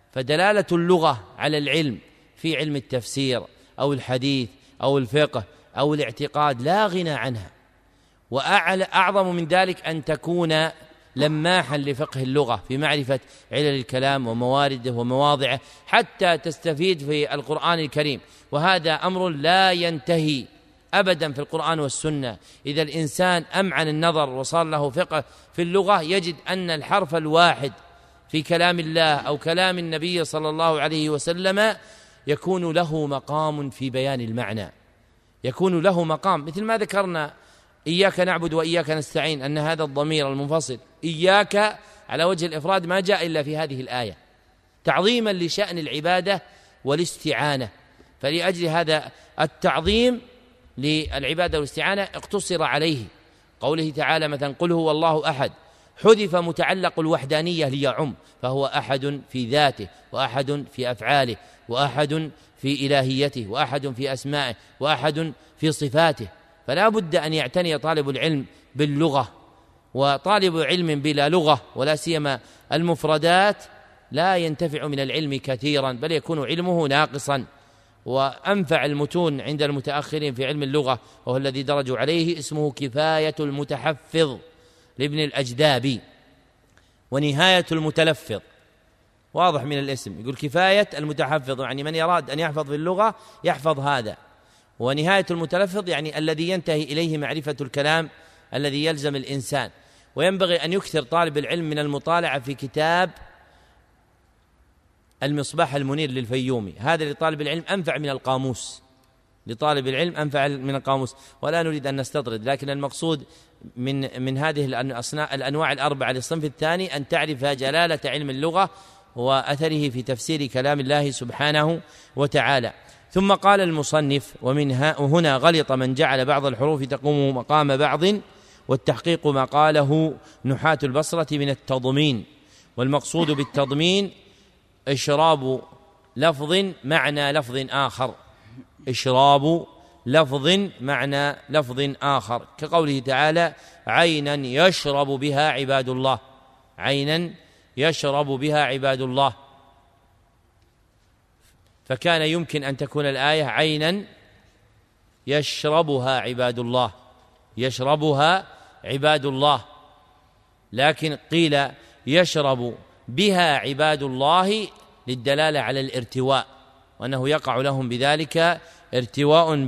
[SPEAKER 1] فدلالة اللغة على العلم في علم التفسير أو الحديث أو الفقه أو الاعتقاد لا غنى عنها، وأعظم من ذلك أن تكون لماحا لفقه اللغة في معرفة علل الكلام وموارده ومواضعه حتى تستفيد في القرآن الكريم، وهذا أمر لا ينتهي أبدا في القرآن والسنة. إذا الإنسان أمعن النظر وصار له فقه في اللغة يجد أن الحرف الواحد في كلام الله أو كلام النبي صلى الله عليه وسلم يكون له مقام في بيان المعنى، يكون له مقام، مثل ما ذكرنا إياك نعبد وإياك نستعين، أن هذا الضمير المنفصل إياك على وجه الإفراد ما جاء إلا في هذه الآية تعظيما لشأن العبادة والاستعانة، فلأجل هذا التعظيم للعبادة والاستعانة اقتصر عليه. قوله تعالى مثلا قل هو الله أحد، حذف متعلق الوحدانية ليعم، فهو أحد في ذاته وأحد في أفعاله وأحد في إلهيته وأحد في أسمائه وأحد في صفاته، فلا بد أن يعتني طالب العلم باللغة، وطالب علم بلا لغة ولا سيما المفردات لا ينتفع من العلم كثيرا، بل يكون علمه ناقصا. وأنفع المتون عند المتأخرين في علم اللغة وهو الذي درجوا عليه اسمه كفاية المتحفظ لابن الأجدابي، ونهاية المتلفظ، واضح من الاسم، يقول كفاية المتحفظ يعني من يراد أن يحفظ في اللغة يحفظ هذا، ونهاية المتلفظ يعني الذي ينتهي إليه معرفة الكلام الذي يلزم الإنسان. وينبغي أن يكثر طالب العلم من المطالعة في كتاب المصباح المنير للفيومي، هذا لطالب العلم أنفع من القاموس، لطالب العلم أنفع من القاموس، ولا نريد أن نستطرد، لكن المقصود من من هذه الأنواع الأربعة للصنف الثاني أن تعرف جلالة علم اللغة وأثره في تفسير كلام الله سبحانه وتعالى. ثم قال المصنف ومن هنا غلط من جعل بعض الحروف تقوم مقام بعض، والتحقيق ما قاله نحاة البصرة من التضمين، والمقصود بالتضمين إشراب لفظ معنى لفظ آخر، إشراب لفظ معنى لفظ آخر، كقوله تعالى عينا يشرب بها عباد الله، عينا يشرب بها عباد الله، فكان يمكن أن تكون الآية عينا يشربها عباد الله، يشربها عباد الله، لكن قيل يشرب بها عباد الله للدلالة على الارتواء، وأنه يقع لهم بذلك ارتواء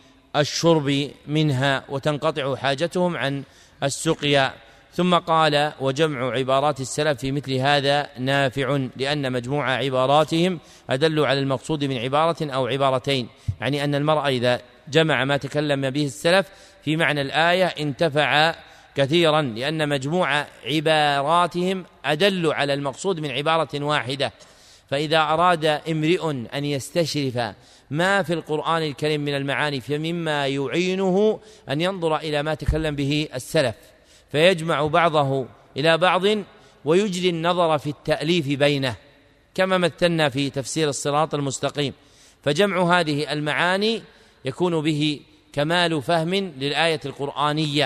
[SPEAKER 1] بالشرب منها وتنقطع حاجتهم عن السقيا. ثم قال وجمع عبارات السلف في مثل هذا نافع، لأن مجموع عباراتهم أدل على المقصود من عبارة أو عبارتين، يعني أن المرء إذا جمع ما تكلم به السلف في معنى الآية انتفع كثيرا، لأن مجموع عباراتهم أدل على المقصود من عبارة واحدة. فإذا أراد امرئ أن يستشرف ما في القرآن الكريم من المعاني فمما يعينه أن ينظر إلى ما تكلم به السلف فيجمع بعضه إلى بعض ويجري النظر في التأليف بينه، كما مثلنا في تفسير الصراط المستقيم، فجمع هذه المعاني يكون به كمال فهم للآية القرآنية.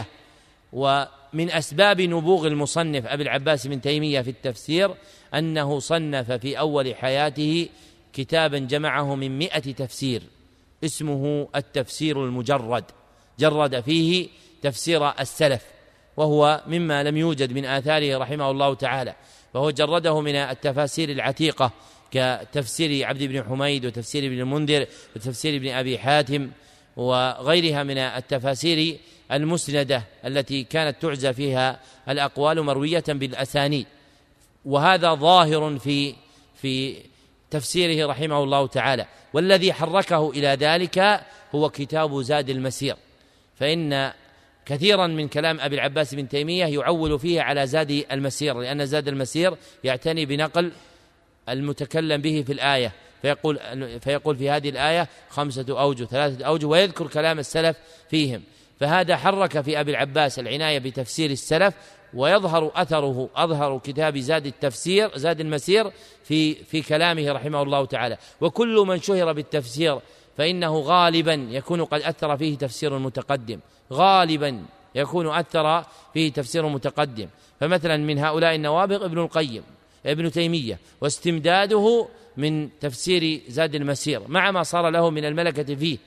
[SPEAKER 1] ومن أسباب نبوغ المصنف أبي العباس بن تيمية في التفسير أنه صنف في أول حياته كتابا جمعه من مئة تفسير اسمه التفسير المجرد، جرد فيه تفسير السلف، وهو مما لم يوجد من آثاره رحمه الله تعالى، فهو جرده من التفاسير العتيقة كتفسير عبد بن حميد وتفسير ابن المنذر وتفسير ابن أبي حاتم وغيرها من التفاسير المسندة التي كانت تعزى فيها الأقوال مروية بالأسانيد، وهذا ظاهر في في تفسيره رحمه الله تعالى. والذي حركه إلى ذلك هو كتاب زاد المسير، فإن كثيرا من كلام أبي العباس بن تيمية يعول فيه على زاد المسير، لأن زاد المسير يعتني بنقل المتكلم به في الآية، فيقول, فيقول في هذه الآية خمسة أوجه ثلاثة أوجه ويذكر كلام السلف فيهم، فهذا حرك في أبي العباس العناية بتفسير السلف، ويظهر أثره أظهر كتاب زاد التفسير زاد المسير في في كلامه رحمه الله تعالى. وكل من شهر بالتفسير فإنه غالبا يكون قد أثر فيه تفسير متقدم، غالبا يكون أثر فيه تفسير متقدم. فمثلا من هؤلاء النوابغ ابن القيم ابن تيمية، واستمداده من تفسير زاد المسير مع ما صار له من الملكة فيه،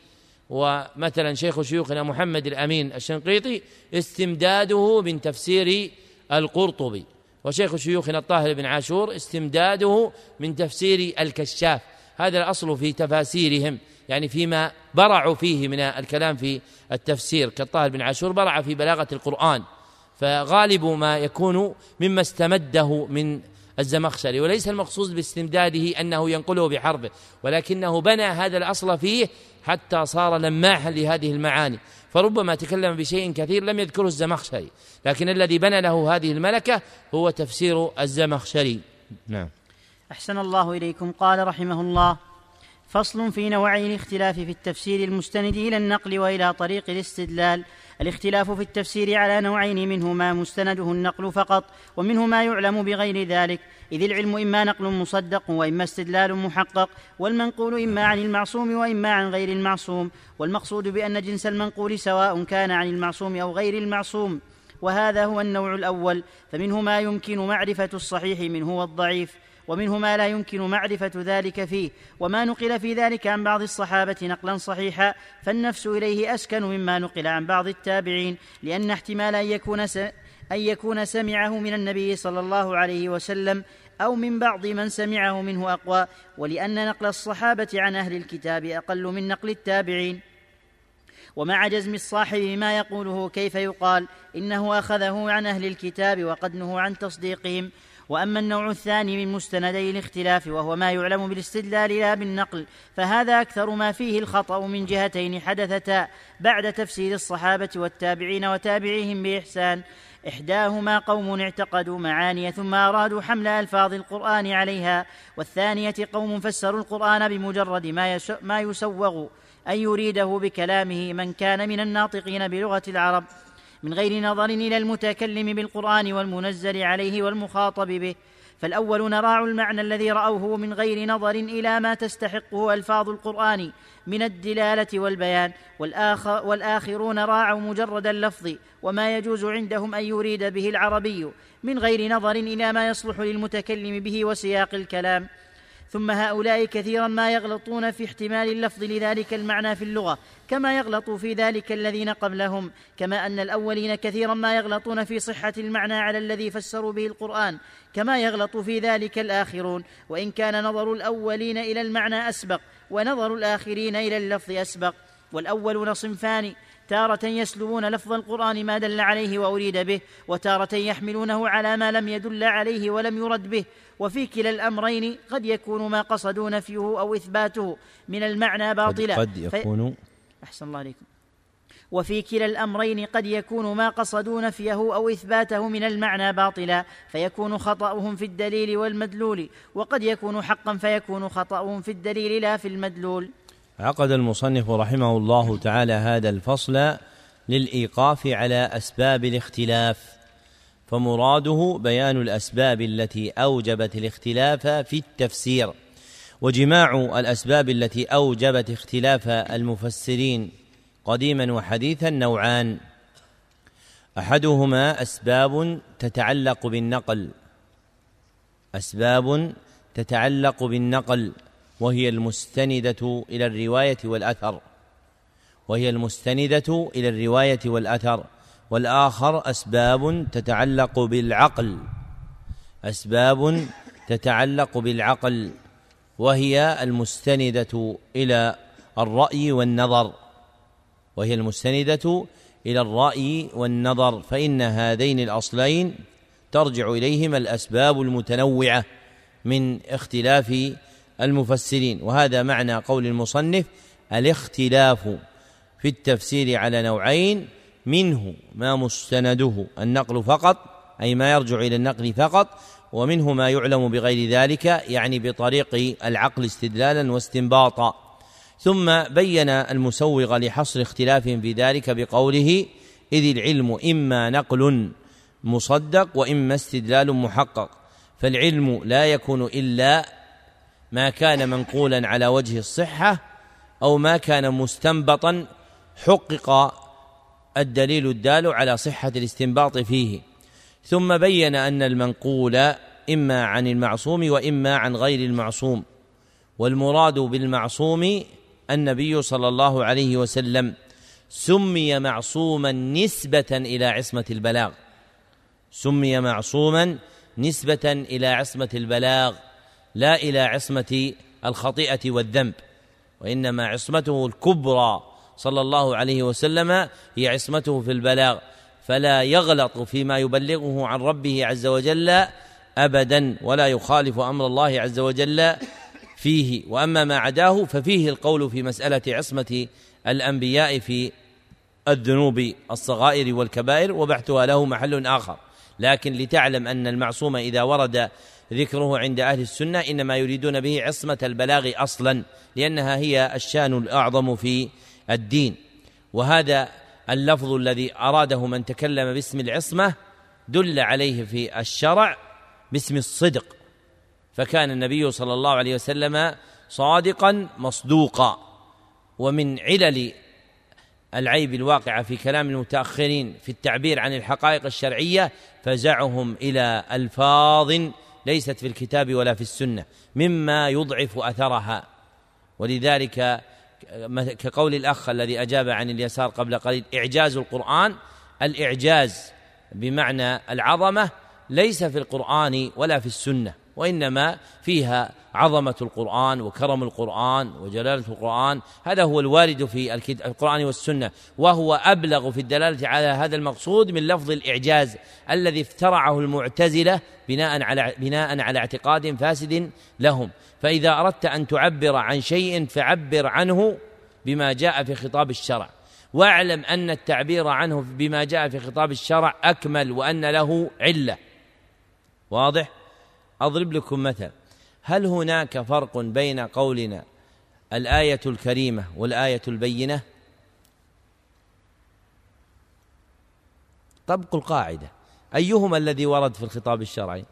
[SPEAKER 1] ومثلا شيخ شيوخنا محمد الأمين الشنقيطي استمداده من تفسير القرطبي، وشيخ شيوخنا الطاهر بن عاشور استمداده من تفسير الكشاف. هذا الأصل في تفاسيرهم، يعني فيما برعوا فيه من الكلام في التفسير، كالطاهر بن عاشور برع في بلاغة القرآن، فغالب ما يكون مما استمده من الزمخشري، وليس المقصود باستمداده أنه ينقله بحرفه، ولكنه بنى هذا الأصل فيه حتى صار لماحا لهذه المعاني، فربما تكلم بشيء كثير لم يذكره الزمخشري، لكن الذي بنى له هذه الملكة هو تفسير الزمخشري. نعم.
[SPEAKER 2] أحسن الله إليكم. قال رحمه الله: فصل في نوعي الاختلاف في التفسير المستند إلى النقل وإلى طريق الاستدلال. الاختلاف في التفسير على نوعين: منه ما مستنده النقل فقط، ومنه ما يعلم بغير ذلك، إذ العلم إما نقل مصدق وإما استدلال محقق، والمنقول إما عن المعصوم وإما عن غير المعصوم، والمقصود بأن جنس المنقول سواء كان عن المعصوم أو غير المعصوم، وهذا هو النوع الأول. فمنه ما يمكن معرفة الصحيح منه والضعيف، ومنه ما لا يمكن معرفة ذلك فيه، وما نقل في ذلك عن بعض الصحابة نقلا صحيحا فالنفس إليه أسكن مما نقل عن بعض التابعين، لأن احتمال أن يكون, س... أن يكون سمعه من النبي صلى الله عليه وسلم أو من بعض من سمعه منه أقوى، ولأن نقل الصحابة عن أهل الكتاب أقل من نقل التابعين. ومع جزم الصاحب ما يقوله كيف يقال إنه أخذه عن أهل الكتاب وقد نهوا عن تصديقهم. وأما النوع الثاني من مستندي الاختلاف وهو ما يعلم بالاستدلال لا بالنقل، فهذا أكثر ما فيه الخطأ من جهتين حدثتا بعد تفسير الصحابة والتابعين وتابعيهم بإحسان: إحداهما قوم اعتقدوا معاني ثم أرادوا حمل ألفاظ القرآن عليها، والثانية قوم فسروا القرآن بمجرد ما يسوغ أن يريده بكلامه من كان من الناطقين بلغة العرب، من غير نظر إلى المتكلم بالقرآن والمنزل عليه والمخاطب به. فالأولون راعوا المعنى الذي رأوه من غير نظر إلى ما تستحقه ألفاظ القرآن من الدلالة والبيان، والآخر والآخرون راعوا مجرد اللفظ وما يجوز عندهم أن يريد به العربي من غير نظر إلى ما يصلح للمتكلم به وسياق الكلام. ثم هؤلاء كثيرا ما يغلطون في احتمال اللفظ لذلك المعنى في اللغة كما يغلطوا في ذلك الذين قبلهم، كما أن الأولين كثيرا ما يغلطون في صحة المعنى على الذي فسروا به القرآن كما يغلط في ذلك الآخرون، وإن كان نظر الأولين إلى المعنى أسبق ونظر الآخرين إلى اللفظ أسبق. والأولون صنفان: تارة يسلبون لفظ القرآن ما دل عليه وأريد به، وتارة يحملونه على ما لم يدل عليه ولم يرد به، وفي كلا الأمرين قد يكون ما قصدوا نفيه أو إثباته من المعنى باطلا
[SPEAKER 1] قد يكون
[SPEAKER 2] أحسن الله عليكم وفي كلا الأمرين قد يكون ما قصدوا نفيه أو إثباته من المعنى باطلا فيكون خطأهم في الدليل والمدلول، وقد يكون حقا فيكون خطأهم في الدليل لا في المدلول.
[SPEAKER 1] عقد المصنف رحمه الله تعالى هذا الفصل للإيقاف على أسباب الاختلاف، فمراده بيان الأسباب التي أوجبت الاختلاف في التفسير. وجماع الأسباب التي أوجبت اختلاف المفسرين قديما وحديثا نوعان: أحدهما أسباب تتعلق بالنقل أسباب تتعلق بالنقل وهي المستندة إلى الرواية والأثر وهي المستندة إلى الرواية والأثر والآخر أسباب تتعلق بالعقل أسباب تتعلق بالعقل وهي المستندة إلى الرأي والنظر وهي المستندة إلى الرأي والنظر فإن هذين الأصلين ترجع إليهما الأسباب المتنوعة من اختلاف المفسرين. وهذا معنى قول المصنف: الاختلاف في التفسير على نوعين: منه ما مستنده النقل فقط أي ما يرجع إلى النقل فقط، ومنه ما يعلم بغير ذلك يعني بطريق العقل استدلالا واستنباطا. ثم بين المسوغ لحصر اختلاف في ذلك بقوله: إذ العلم إما نقل مصدق وإما استدلال محقق، فالعلم لا يكون إلا ما كان منقولا على وجه الصحة أو ما كان مستنبطا حقق الدليل الدال على صحة الاستنباط فيه. ثم بين أن المنقول إما عن المعصوم وإما عن غير المعصوم، والمراد بالمعصوم النبي صلى الله عليه وسلم، سمي معصوما نسبة إلى عصمة البلاغ، سمي معصوما نسبة إلى عصمة البلاغ لا إلى عصمة الخطيئة والذنب، وإنما عصمته الكبرى صلى الله عليه وسلم هي عصمته في البلاغ، فلا يغلط فيما يبلغه عن ربه عز وجل أبدا، ولا يخالف أمر الله عز وجل فيه. وأما ما عداه ففيه القول في مسألة عصمة الأنبياء في الذنوب الصغائر والكبائر، وبحثها له محل آخر. لكن لتعلم أن المعصوم إذا ورد ذكره عند أهل السنة إنما يريدون به عصمة البلاغ أصلا، لأنها هي الشان الأعظم في الدين. وهذا اللفظ الذي أراده من تكلم باسم العصمة دل عليه في الشرع باسم الصدق، فكان النبي صلى الله عليه وسلم صادقا مصدوقا. ومن علل العيب الواقعة في كلام المتأخرين في التعبير عن الحقائق الشرعية فزعهم إلى ألفاظ ليست في الكتاب ولا في السنة مما يضعف أثرها. ولذلك كقول الأخ الذي أجاب عن اليسار قبل قليل، إعجاز القرآن، الإعجاز بمعنى العظمة ليس في القرآن ولا في السنة، وإنما فيها عظمة القرآن وكرم القرآن وجلالة القرآن، هذا هو الوارد في القرآن والسنة، وهو أبلغ في الدلالة على هذا المقصود من لفظ الإعجاز الذي افترعه المعتزلة بناء على بناء على اعتقاد فاسد لهم. فإذا أردت أن تعبر عن شيء فعبر عنه بما جاء في خطاب الشرع، واعلم أن التعبير عنه بما جاء في خطاب الشرع أكمل وأن له علة. واضح؟ أضرب لكم مثل، هل هناك فرق بين قولنا الآية الكريمة والآية البينة؟ طبق القاعدة، أيهما الذي ورد في الخطاب الشرعي؟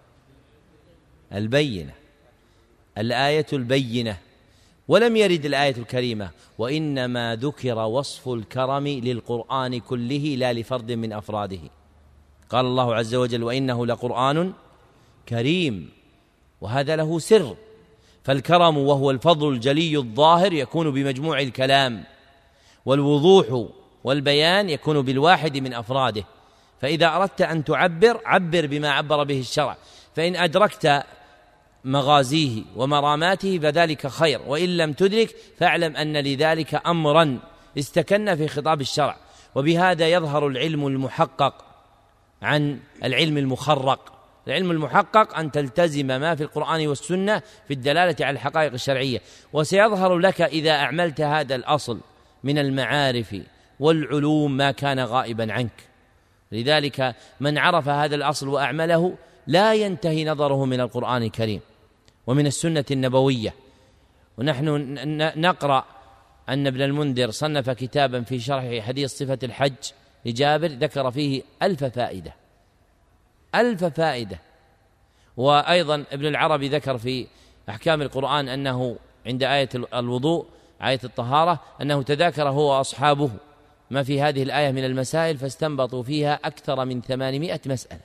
[SPEAKER 1] البينة، الآية البينة، ولم يرد الآية الكريمة، وإنما ذكر وصف الكرم للقرآن كله لا لفرد من أفراده. قال الله عز وجل: وإنه لقرآن كريم، وهذا له سر. فالكرم وهو الفضل الجلي الظاهر يكون بمجموع الكلام، والوضوح والبيان يكون بالواحد من أفراده. فإذا أردت أن تعبر عبر بما عبر به الشرع، فإن أدركت مغازيه ومراماته فذلك خير، وإن لم تدرك فاعلم أن لذلك أمرا استكن في خطاب الشرع. وبهذا يظهر العلم المحقق عن العلم المخرق. العلم المحقق أن تلتزم ما في القرآن والسنة في الدلالة على الحقائق الشرعية، وسيظهر لك إذا أعملت هذا الأصل من المعارف والعلوم ما كان غائبا عنك. لذلك من عرف هذا الأصل وأعمله لا ينتهي نظره من القرآن الكريم ومن السنة النبوية. ونحن نقرأ أن ابن المنذر صنف كتابا في شرح حديث صفة الحج لجابر ذكر فيه ألف فائدة، ألف فائدة. وأيضا ابن العربي ذكر في أحكام القرآن أنه عند آية الوضوء آية الطهارة أنه تذاكر هو وأصحابه ما في هذه الآية من المسائل فاستنبطوا فيها أكثر من ثمانمائة مسألة.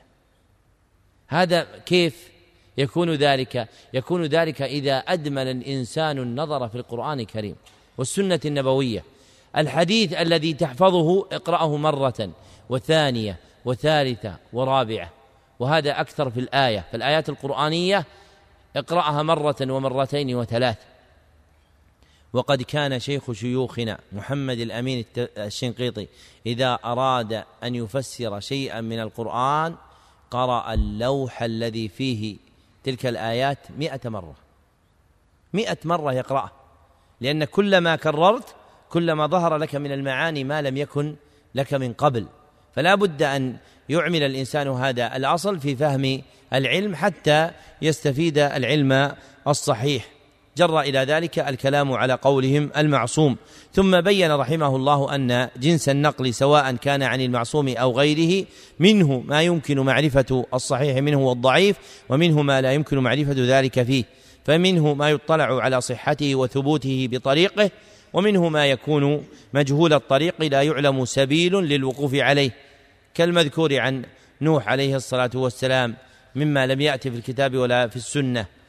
[SPEAKER 1] هذا كيف يكون ذلك؟ يكون ذلك إذا أدمن الإنسان النظر في القرآن الكريم والسنة النبوية. الحديث الذي تحفظه اقرأه مرة وثانية وثالثة ورابعة، وهذا أكثر في الآية. فالآيات القرآنية اقرأها مرة ومرتين وثلاث. وقد كان شيخ شيوخنا محمد الأمين الشنقيطي إذا أراد أن يفسر شيئا من القرآن قرأ اللوح الذي فيه تلك الآيات مئة مرة، مئة مرة يقرأه، لأن كلما كررت كلما ظهر لك من المعاني ما لم يكن لك من قبل. فلا بد أن يعمل الإنسان هذا الأصل في فهم العلم حتى يستفيد العلم الصحيح. جر إلى ذلك الكلام على قولهم المعصوم. ثم بين رحمه الله أن جنس النقل سواء كان عن المعصوم أو غيره منه ما يمكن معرفة الصحيح منه والضعيف، ومنه ما لا يمكن معرفة ذلك فيه. فمنه ما يطلع على صحته وثبوته بطريقه، ومنه ما يكون مجهول الطريق لا يعلم سبيل للوقوف عليه، كالمذكور عن نوح عليه الصلاة والسلام مما لم يأتي في الكتاب ولا في السنة.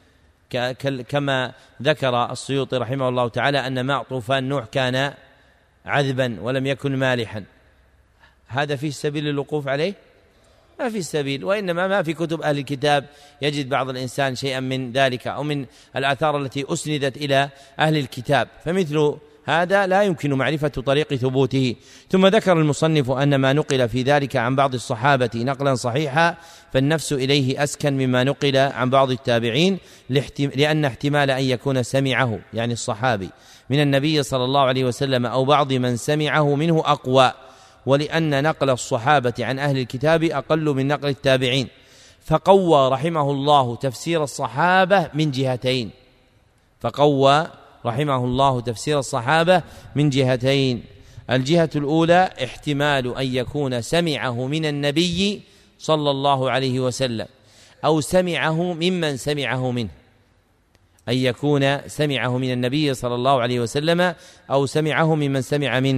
[SPEAKER 1] كما ذكر السيوطي رحمه الله تعالى أن ماء طوفان نوح كان عذبا ولم يكن مالحا، هذا فيه سبيل للوقوف عليه؟ ما في سبيل، وإنما ما في كتب أهل الكتاب يجد بعض الإنسان شيئا من ذلك أو من الآثار التي أسندت إلى أهل الكتاب، فمثل هذا لا يمكن معرفة طريق ثبوته. ثم ذكر المصنف أن ما نقل في ذلك عن بعض الصحابة نقلا صحيحا فالنفس إليه أسكن مما نقل عن بعض التابعين، لأن احتمال أن يكون سمعه يعني الصحابي من النبي صلى الله عليه وسلم أو بعض من سمعه منه أقوى، ولأن نقل الصحابة عن أهل الكتاب أقل من نقل التابعين، فقوى رحمه الله تفسير الصحابة من جهتين فقوى رحمه الله تفسير الصحابة من جهتين الجهة الأولى احتمال أن يكون سمعه من النبي صلى الله عليه وسلم أو سمعه ممن سمعه منه، أن يكون سمعه من النبي صلى الله عليه وسلم أو سمعه ممن سمع منه.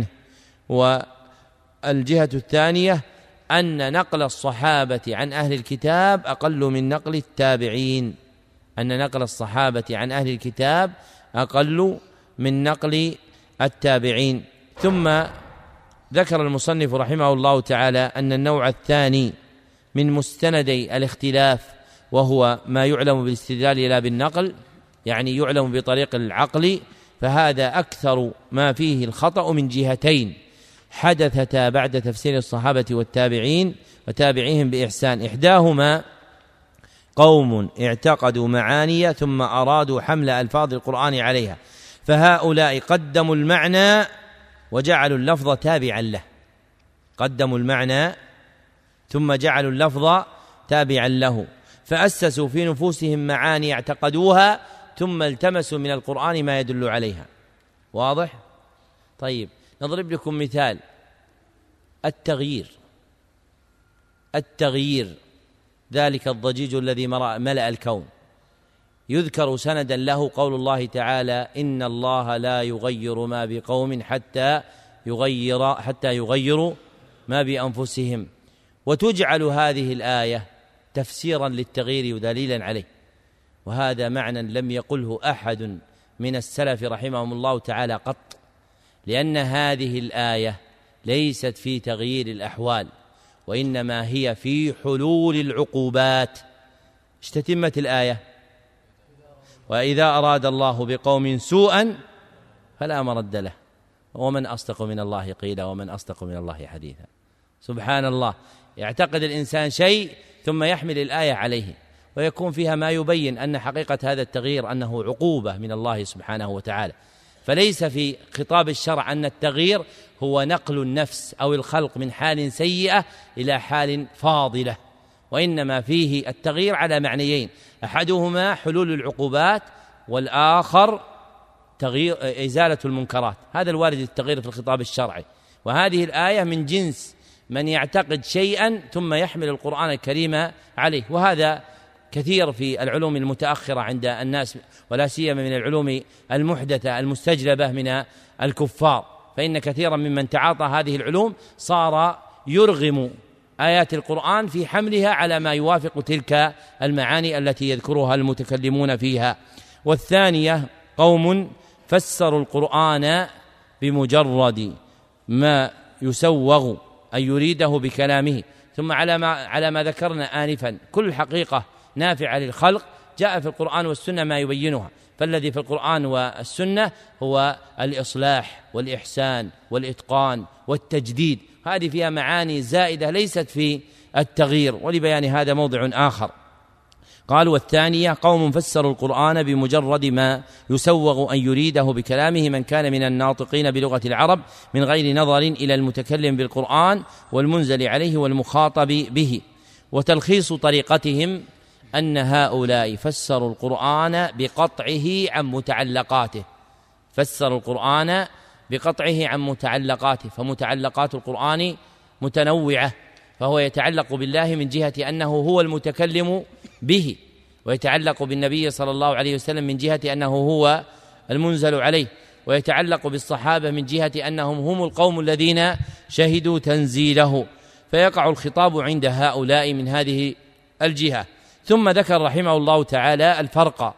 [SPEAKER 1] والجهة الثانية أن نقل الصحابة عن أهل الكتاب أقل من نقل التابعين، أن نقل الصحابة عن أهل الكتاب أقل من نقل التابعين. ثم ذكر المصنف رحمه الله تعالى أن النوع الثاني من مستندي الاختلاف وهو ما يعلم بالاستدلال لا بالنقل، يعني يعلم بطريق العقل، فهذا أكثر ما فيه الخطأ من جهتين حدثتا بعد تفسير الصحابة والتابعين وتابعيهم بإحسان. إحداهما قوم اعتقدوا معاني ثم أرادوا حمل ألفاظ القرآن عليها، فهؤلاء قدموا المعنى وجعلوا اللفظ تابعا له، قدموا المعنى ثم جعلوا اللفظ تابعا له، فأسسوا في نفوسهم معاني اعتقدوها ثم التمسوا من القرآن ما يدل عليها. واضح؟ طيب نضرب لكم مثال. التغيير التغيير ذلك الضجيج الذي ملأ الكون، يذكر سندا له قول الله تعالى إن الله لا يغير ما بقوم حتى يغير حتى يغيروا ما بأنفسهم، وتجعل هذه الآية تفسيرا للتغيير ودليلا عليه، وهذا معنى لم يقله أحد من السلف رحمهم الله تعالى قط، لأن هذه الآية ليست في تغيير الأحوال وإنما هي في حلول العقوبات. اشتتمت الآية وإذا أراد الله بقوم سوءا فلا مرد له ومن أصدق من الله قيلا ومن أصدق من الله حديثا. سبحان الله، يعتقد الإنسان شيء ثم يحمل الآية عليه ويكون فيها ما يبين أن حقيقة هذا التغيير أنه عقوبة من الله سبحانه وتعالى، فليس في خطاب الشرع أن التغيير هو نقل النفس أو الخلق من حال سيئة إلى حال فاضلة، وإنما فيه التغيير على معنيين، أحدهما حلول العقوبات والآخر تغيير إزالة المنكرات، هذا الوارد التغيير في الخطاب الشرعي. وهذه الآية من جنس من يعتقد شيئا ثم يحمل القرآن الكريم عليه، وهذا كثير في العلوم المتأخرة عند الناس ولا سيما من العلوم المحدثة المستجلبة من الكفار، فإن كثيرا ممن تعاطى هذه العلوم صار يرغم آيات القرآن في حملها على ما يوافق تلك المعاني التي يذكرها المتكلمون فيها. والثانية قوم فسروا القرآن بمجرد ما يسوغ أن يريده بكلامه، ثم على ما, على ما ذكرنا آنفا كل حقيقة نافعة للخلق جاء في القرآن والسنة ما يبينها، فالذي في القرآن والسنة هو الإصلاح والإحسان والإتقان والتجديد، هذه فيها معاني زائدة ليست في التغيير، ولبيان هذا موضع آخر. قال والثانية قوم فسروا القرآن بمجرد ما يسوغ أن يريده بكلامه من كان من الناطقين بلغة العرب من غير نظر إلى المتكلم بالقرآن والمنزل عليه والمخاطب به. وتلخيص طريقتهم أن هؤلاء فسروا القرآن بقطعه عن متعلقاته، فسروا القرآن بقطعه عن متعلقاته، فمتعلقات القرآن متنوعة، فهو يتعلق بالله من جهة أنه هو المتكلم به، ويتعلق بالنبي صلى الله عليه وسلم من جهة أنه هو المنزل عليه، ويتعلق بالصحابة من جهة أنهم هم القوم الذين شهدوا تنزيله، فيقع الخطاب عند هؤلاء من هذه الجهة. ثم ذكر رحمه الله تعالى الفرق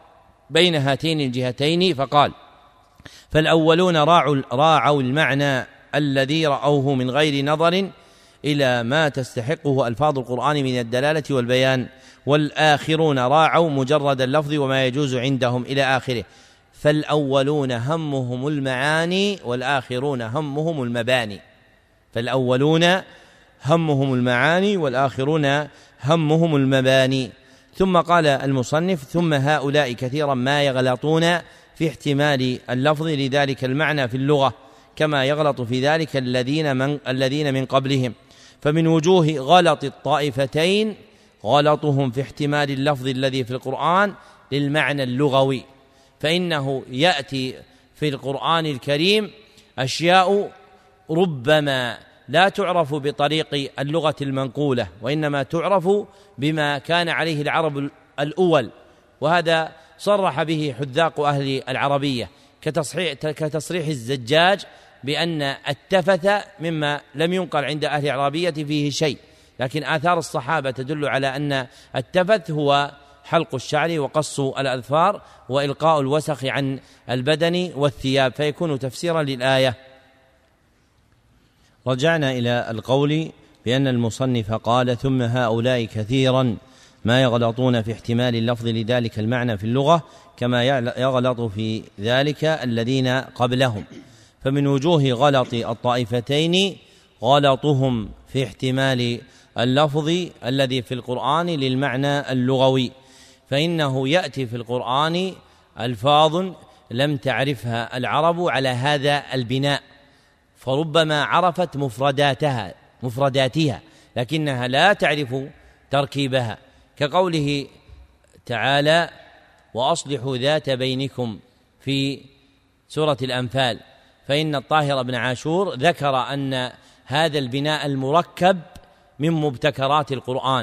[SPEAKER 1] بين هاتين الجهتين فقال: فالأولون راعوا, راعوا المعنى الذي رأوه من غير نظر إلى ما تستحقه ألفاظ القرآن من الدلالة والبيان، والآخرون راعوا مجرد اللفظ وما يجوز عندهم إلى آخره. فالأولون همهم المعاني والآخرون همهم المباني. فالأولون همهم المعاني والآخرون همهم المباني. ثم قال المصنف: ثم هؤلاء كثيرا ما يغلطون في احتمال اللفظ لذلك المعنى في اللغة، كما يغلط في ذلك الذين من, الذين من قبلهم. فمن وجوه غلط الطائفتين غلطهم في احتمال اللفظ الذي في القرآن للمعنى اللغوي، فإنه يأتي في القرآن الكريم أشياء ربما لا تعرف بطريق اللغة المنقولة، وإنما تعرف بما كان عليه العرب الأول، وهذا صرح به حذاق أهل العربية كتصحيح, كتصريح الزجاج بأن التفث مما لم ينقل عند أهل العربية فيه شيء، لكن آثار الصحابة تدل على أن التفث هو حلق الشعر وقص الأظفار وإلقاء الوسخ عن البدن والثياب، فيكون تفسيرا للآية. رجعنا إلى القول بأن المصنف قال: ثم هؤلاء كثيرا ما يغلطون في احتمال اللفظ لذلك المعنى في اللغة، كما يغلط في ذلك الذين قبلهم. فمن وجوه غلط الطائفتين غلطهم في احتمال اللفظ الذي في القرآن للمعنى اللغوي، فإنه يأتي في القرآن ألفاظ لم تعرفها العرب على هذا البناء، فربما عرفت مفرداتها مفرداتها لكنها لا تعرف تركيبها، كقوله تعالى: وأصلحوا ذات بينكم في سورة الأنفال. فإن الطاهر بن عاشور ذكر أن هذا البناء المركب من مبتكرات القرآن،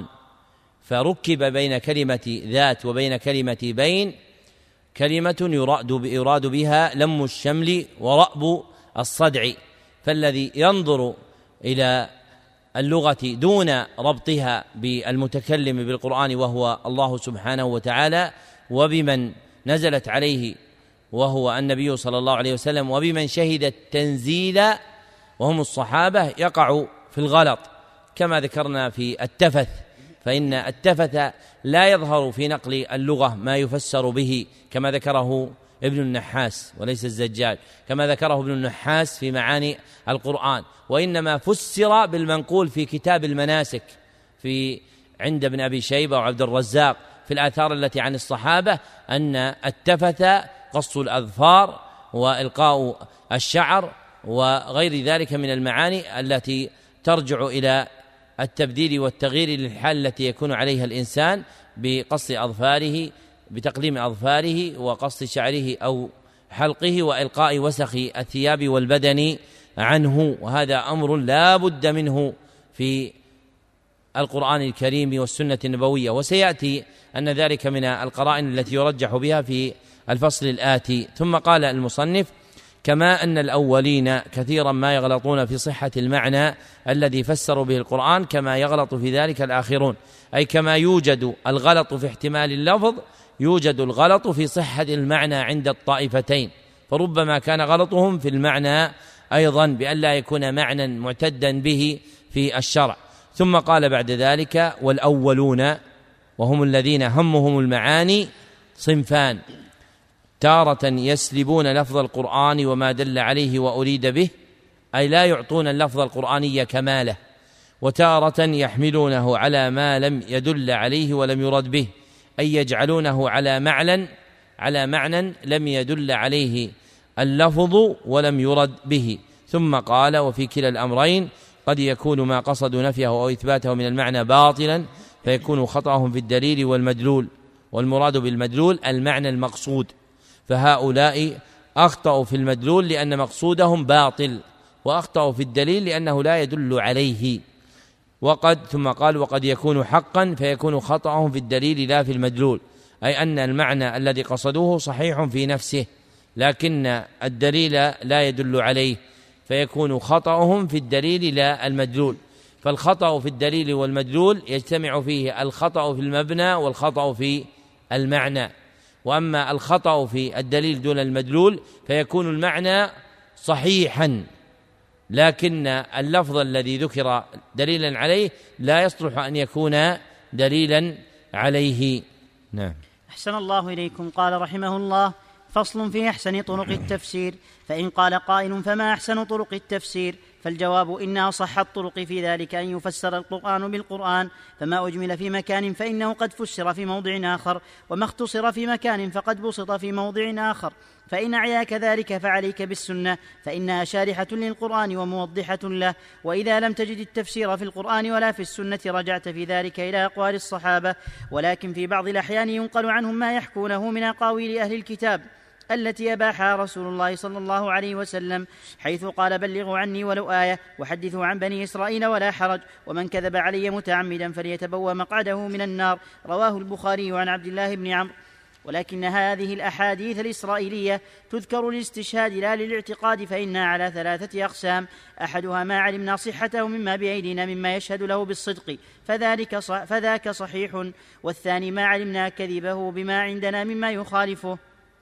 [SPEAKER 1] فركب بين كلمة ذات وبين كلمة بين كلمة يراد يراد بها لم الشمل ورأب الصدع، فالذي ينظر إلى اللغة دون ربطها بالمتكلم بالقرآن وهو الله سبحانه وتعالى، وبمن نزلت عليه وهو النبي صلى الله عليه وسلم، وبمن شهد التنزيل وهم الصحابة، يقع في الغلط كما ذكرنا في التفث، فإن التفث لا يظهر في نقل اللغة ما يفسر به كما ذكره ابن النحاس وليس الزجاج، كما ذكره ابن النحاس في معاني القرآن، وإنما فسر بالمنقول في كتاب المناسك في عند ابن أبي شيبة وعبد الرزاق في الآثار التي عن الصحابة أن التفث قص الأظفار وإلقاء الشعر وغير ذلك من المعاني التي ترجع إلى التبديل والتغيير للحال التي يكون عليها الإنسان بقص أظفاره بتقليم أظفاره وقص شعره أو حلقه وإلقاء وسخ الثياب والبدن عنه، وهذا أمر لا بد منه في القرآن الكريم والسنة النبوية، وسيأتي أن ذلك من القرائن التي يرجح بها في الفصل الآتي. ثم قال المصنف: كما أن الأولين كثيرا ما يغلطون في صحة المعنى الذي فسروا به القرآن، كما يغلط في ذلك الآخرون، أي كما يوجد الغلط في احتمال اللفظ يوجد الغلط في صحة المعنى عند الطائفتين، فربما كان غلطهم في المعنى أيضا بأن لا يكون معنى معتدا به في الشرع. ثم قال بعد ذلك: والأولون وهم الذين همهم المعاني صنفان: تارة يسلبون لفظ القرآن وما دل عليه وأريد به، أي لا يعطون اللفظ القرآني كماله، وتارة يحملونه على ما لم يدل عليه ولم يرد به، أي يجعلونه على معنى على معنى لم يدل عليه اللفظ ولم يرد به. ثم قال: وفي كلا الأمرين قد يكون ما قصدوا نفيه أو إثباته من المعنى باطلا، فيكون خطأهم في الدليل والمدلول، والمراد بالمدلول المعنى المقصود، فهؤلاء أخطأوا في المدلول لأن مقصودهم باطل، وأخطأوا في الدليل لأنه لا يدل عليه. وقد ثم قال: وقد يكون حقا، فيكون خطأهم في الدليل لا في المدلول، أي أن المعنى الذي قصدوه صحيح في نفسه لكن الدليل لا يدل عليه، فيكون خطأهم في الدليل لا المدلول. فالخطأ في الدليل والمدلول يجتمع فيه الخطأ في المبنى والخطأ في المعنى، وأما الخطأ في الدليل دون المدلول فيكون المعنى صحيحا، لكن اللفظ الذي ذكر دليلا عليه لا يصلح أن يكون دليلا عليه. نعم.
[SPEAKER 2] أحسن الله إليكم. قال رحمه الله: فصل في أحسن طرق التفسير. فإن قال قائل: فما أحسن طرق التفسير؟ فالجواب: إن أصح الطرق في ذلك أن يفسر القرآن بالقرآن، فما أجمل في مكان فإنه قد فسر في موضع آخر، وما اختصر في مكان فقد بسط في موضع آخر. فإن أعياك ذلك فعليك بالسنة، فإنها شارحة للقرآن وموضحة له. وإذا لم تجد التفسير في القرآن ولا في السنة رجعت في ذلك إلى أقوال الصحابة، ولكن في بعض الأحيان ينقل عنهم ما يحكونه من أقاويل أهل الكتاب التي أباحها رسول الله صلى الله عليه وسلم، حيث قال: بلغوا عني ولو آية، وحدثوا عن بني إسرائيل ولا حرج، ومن كذب علي متعمدا فليتبوأ مقعده من النار. رواه البخاري عن عبد الله بن عمرو. ولكن هذه الأحاديث الإسرائيلية تذكر للاستشهاد لا للاعتقاد، فإنها على ثلاثة أقسام: أحدها ما علمنا صحته مما بأيدينا مما يشهد له بالصدق فذلك صح فذاك صحيح، والثاني ما علمنا كذبه بما عندنا مما يخالفه،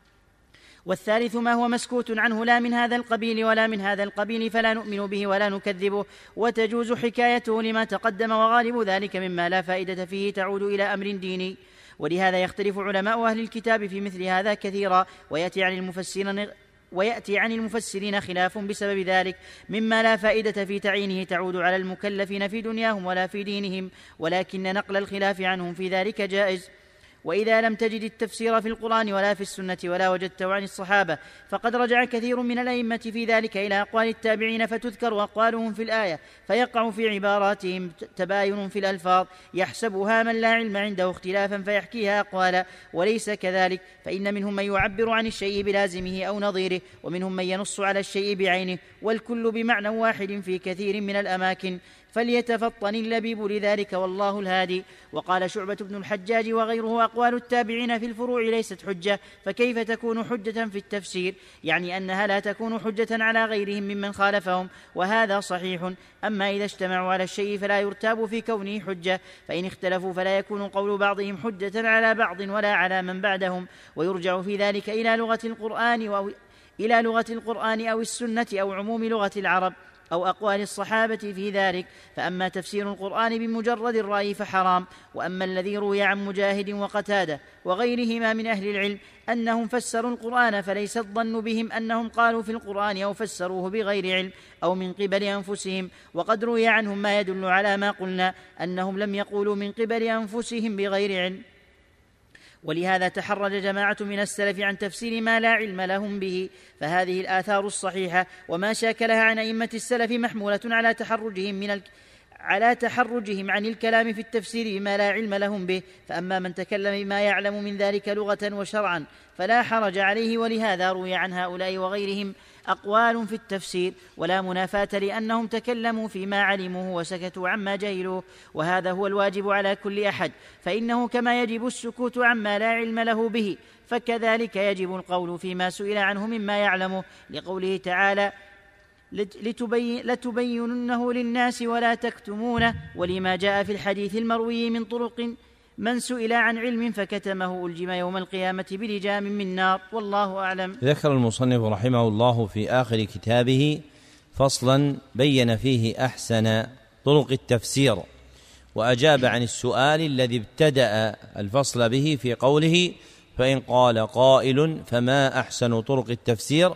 [SPEAKER 2] والثالث ما هو مسكوت عنه لا من هذا القبيل ولا من هذا القبيل فلا نؤمن به ولا نكذبه، وتجوز حكايته لما تقدم، وغالب ذلك مما لا فائدة فيه تعود إلى أمر ديني. ولهذا يختلف علماء أهل الكتاب في مثل هذا كثيرا، ويأتي عن المفسرين ويأتي عن المفسرين خلاف بسبب ذلك، مما لا فائدة في تعيينه تعود على المكلفين في دنياهم ولا في دينهم، ولكن نقل الخلاف عنهم في ذلك جائز. وإذا لم تجد التفسير في القرآن ولا في السنة ولا وجدته عن الصحابة، فقد رجع كثير من الأئمة في ذلك إلى أقوال التابعين، فتذكر أقوالهم في الآية، فيقع في عباراتهم تباين في الألفاظ يحسبها من لا علم عنده اختلافا فيحكيها أقوالا، وليس كذلك، فإن منهم من يعبر عن الشيء بلازمه أو نظيره، ومنهم من ينص على الشيء بعينه، والكل بمعنى واحد في كثير من الأماكن، فليتفطن اللبيب لذلك والله الهادي. وقال شعبة بن الحجاج وغيره: أقوال التابعين في الفروع ليست حجة، فكيف تكون حجة في التفسير؟ يعني أنها لا تكون حجة على غيرهم ممن خالفهم، وهذا صحيح. أما إذا اجتمعوا على الشيء فلا يرتاب في كونه حجة، فإن اختلفوا فلا يكون قول بعضهم حجة على بعض ولا على من بعدهم، ويرجع في ذلك إلى لغة القرآن أو إلى لغة القرآن أو السنة أو عموم لغة العرب أو أقوال الصحابة في ذلك. فأما تفسير القرآن بمجرد الرأي فحرام. وأما الذي روي عن مجاهد وقتادة وغيرهما من أهل العلم أنهم فسروا القرآن، فليس الظن بهم أنهم قالوا في القرآن أو فسروه بغير علم أو من قبل أنفسهم، وقد روي عنهم ما يدل على ما قلنا أنهم لم يقولوا من قبل أنفسهم بغير علم. ولهذا تحرج جماعة من السلف عن تفسير ما لا علم لهم به، فهذه الآثار الصحيحة وما شاكلها عن أئمة السلف محمولة على تحرجهم من الك... على تحرجهم عن الكلام في التفسير بما لا علم لهم به. فأما من تكلم بما يعلم من ذلك لغة وشرعا فلا حرج عليه. ولهذا روي عن هؤلاء وغيرهم أقوال في التفسير ولا منافاة، لأنهم تكلموا فيما علموه وسكتوا عما جهلوه، وهذا هو الواجب على كل أحد، فإنه كما يجب السكوت عما لا علم له به فكذلك يجب القول فيما سئل عنه مما يعلمه، لقوله تعالى: لتبين لتبيننه للناس ولا تكتمونه، ولما جاء في الحديث المروي من طرق: من سئل عن علم فكتمه ألجم يوم القيامة بلجام من نار. والله أعلم.
[SPEAKER 1] ذكر المصنف رحمه الله في آخر كتابه فصلا بين فيه أحسن طرق التفسير، وأجاب عن السؤال الذي ابتدأ الفصل به في قوله: فإن قال قائل فما أحسن طرق التفسير،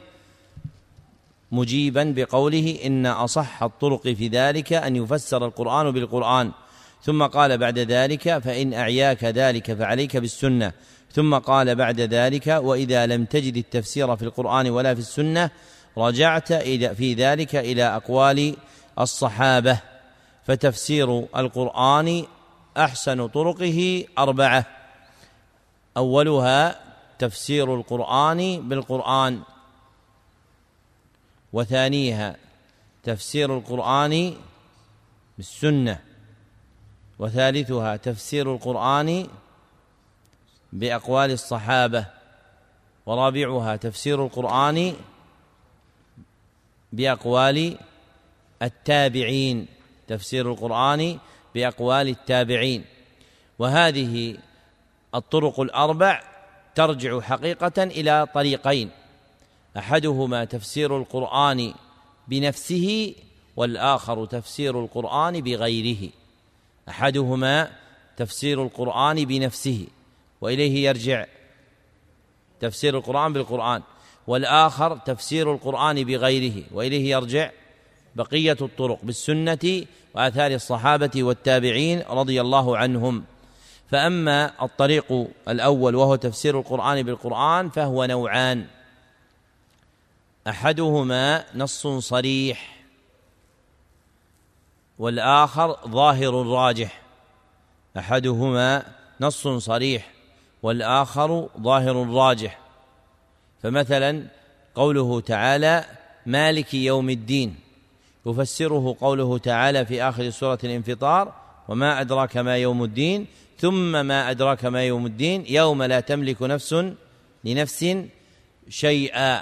[SPEAKER 1] مجيبا بقوله: إن أصح الطرق في ذلك أن يفسر القرآن بالقرآن. ثم قال بعد ذلك: فإن أعياك ذلك فعليك بالسنة. ثم قال بعد ذلك: وإذا لم تجد التفسير في القرآن ولا في السنة رجعت في ذلك إلى أقوال الصحابة. فتفسير القرآن أحسن طرقه أربعة: أولها تفسير القرآن بالقرآن، وثانيها تفسير القرآن بالسنة، وثالثها تفسير القرآن بأقوال الصحابة، ورابعها تفسير القرآن بأقوال التابعين، تفسير القرآن بأقوال التابعين. وهذه الطرق الأربع ترجع حقيقة إلى طريقين: أحدهما تفسير القرآن بنفسه، والآخر تفسير القرآن بغيره. أحدهما تفسير القرآن بنفسه وإليه يرجع تفسير القرآن بالقرآن، والآخر تفسير القرآن بغيره وإليه يرجع بقية الطرق بالسنة وآثار الصحابة والتابعين رضي الله عنهم. فأما الطريق الأول وهو تفسير القرآن بالقرآن فهو نوعان: أحدهما نص صريح، والآخر ظاهر راجح. أحدهما نص صريح والآخر ظاهر راجح. فمثلا قوله تعالى مالك يوم الدين يفسره قوله تعالى في آخر سورة الانفطار: وما أدراك ما يوم الدين، ثم ما أدراك ما يوم الدين، يوم لا تملك نفس لنفس شيئا.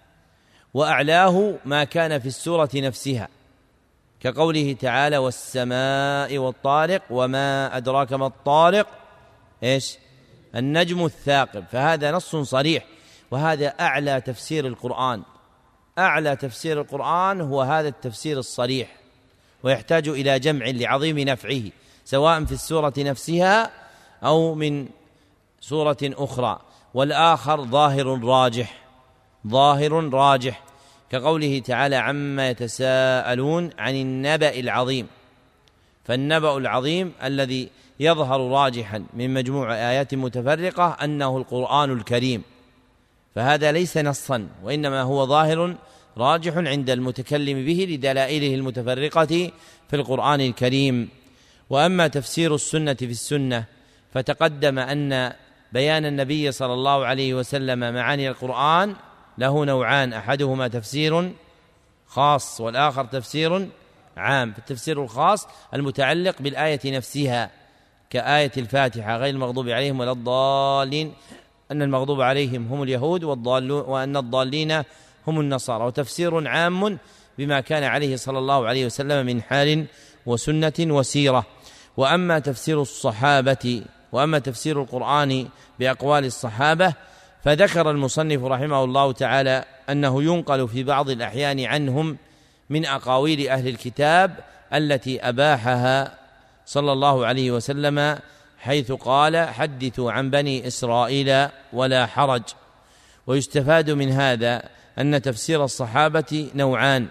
[SPEAKER 1] وأعلاه ما كان في السورة نفسها، كقوله تعالى: والسماء والطارق، وما أدراك ما الطارق، إيش؟ النجم الثاقب. فهذا نص صريح، وهذا أعلى تفسير القرآن. أعلى تفسير القرآن هو هذا التفسير الصريح، ويحتاج إلى جمع لعظيم نفعه، سواء في السورة نفسها أو من سورة أخرى. والآخر ظاهر راجح، ظاهر راجح، كقوله تعالى: عما يتساءلون عن النبأ العظيم. فالنبأ العظيم الذي يظهر راجحا من مجموع آيات متفرقة أنه القرآن الكريم، فهذا ليس نصا، وإنما هو ظاهر راجح عند المتكلم به لدلائله المتفرقة في القرآن الكريم. وأما تفسير السنة في السنة فتقدم أن بيان النبي صلى الله عليه وسلم معاني القرآن له نوعان: أحدهما تفسير خاص والآخر تفسير عام. فالتفسير الخاص المتعلق بالآية نفسها، كآية الفاتحة: غير المغضوب عليهم ولا الضالين، أن المغضوب عليهم هم اليهود والضالون وأن الضالين هم النصارى. وتفسير عام بما كان عليه صلى الله عليه وسلم من حال وسنة وسيرة. وأما تفسير الصحابة وأما تفسير القرآن بأقوال الصحابة فذكر المصنف رحمه الله تعالى أنه ينقل في بعض الأحيان عنهم من أقاويل أهل الكتاب التي أباحها صلى الله عليه وسلم، حيث قال: حدثوا عن بني إسرائيل ولا حرج. ويستفاد من هذا أن تفسير الصحابة نوعان: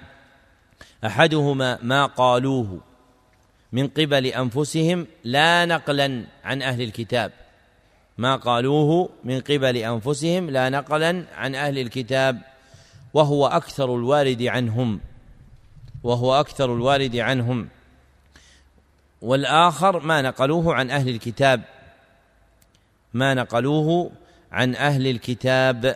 [SPEAKER 1] أحدهما ما قالوه من قبل أنفسهم لا نقلا عن أهل الكتاب، ما قالوه من قبل أنفسهم لا نقلا عن أهل الكتاب، وهو أكثر الوارد عنهم وهو أكثر الوارد عنهم والآخر ما نقلوه عن أهل الكتاب ما نقلوه عن أهل الكتاب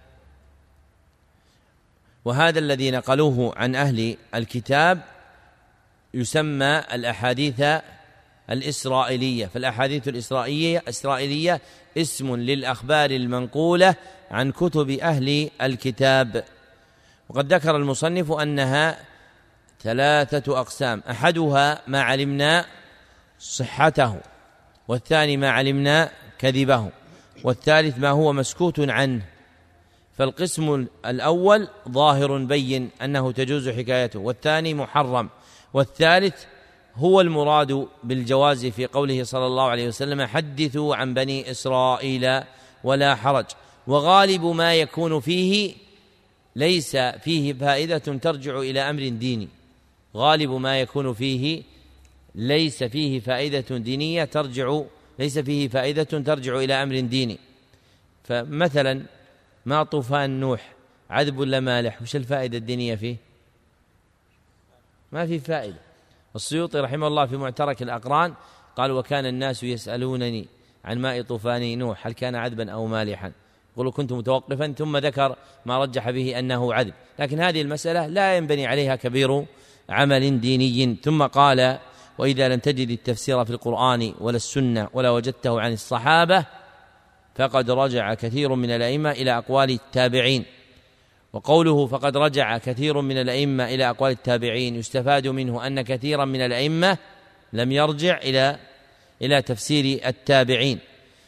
[SPEAKER 1] وهذا الذي نقلوه عن أهل الكتاب يسمى الأحاديث الإسرائيلية. فالأحاديث الإسرائيلية إسرائيلية اسم للأخبار المنقولة عن كتب أهل الكتاب. وقد ذكر المصنف أنها ثلاثة أقسام: أحدها ما علمنا صحته، والثاني ما علمنا كذبه، والثالث ما هو مسكوت عنه. فالقسم الأول ظاهر بين أنه تجوز حكايته، والثاني محرم، والثالث هو المراد بالجواز في قوله صلى الله عليه وسلم: حدثوا عن بني إسرائيل ولا حرج. وغالب ما يكون فيه ليس فيه فائدة ترجع إلى أمر ديني، غالب ما يكون فيه ليس فيه فائدة دينية ترجع ليس فيه فائدة ترجع إلى أمر ديني. فمثلا ما طوفان نوح عذب ولا مالح، وش الفائدة الدينية فيه؟ ما في فائدة. السيوطي رحمه الله في معترك الأقران قال: وكان الناس يسألونني عن ماء طوفان نوح هل كان عذبا أو مالحا، قلوا كنت متوقفا، ثم ذكر ما رجح به أنه عذب. لكن هذه المسألة لا ينبني عليها كبير عمل ديني. ثم قال: وإذا لم تجد التفسير في القرآن ولا السنة ولا وجدته عن الصحابة فقد رجع كثير من الأئمة إلى أقوال التابعين. وقوله فقد رجع كثير من الأئمة إلى أقوال التابعين يستفاد منه أن كثيرا من الأئمة لم يرجع إلى إلى تفسير التابعين،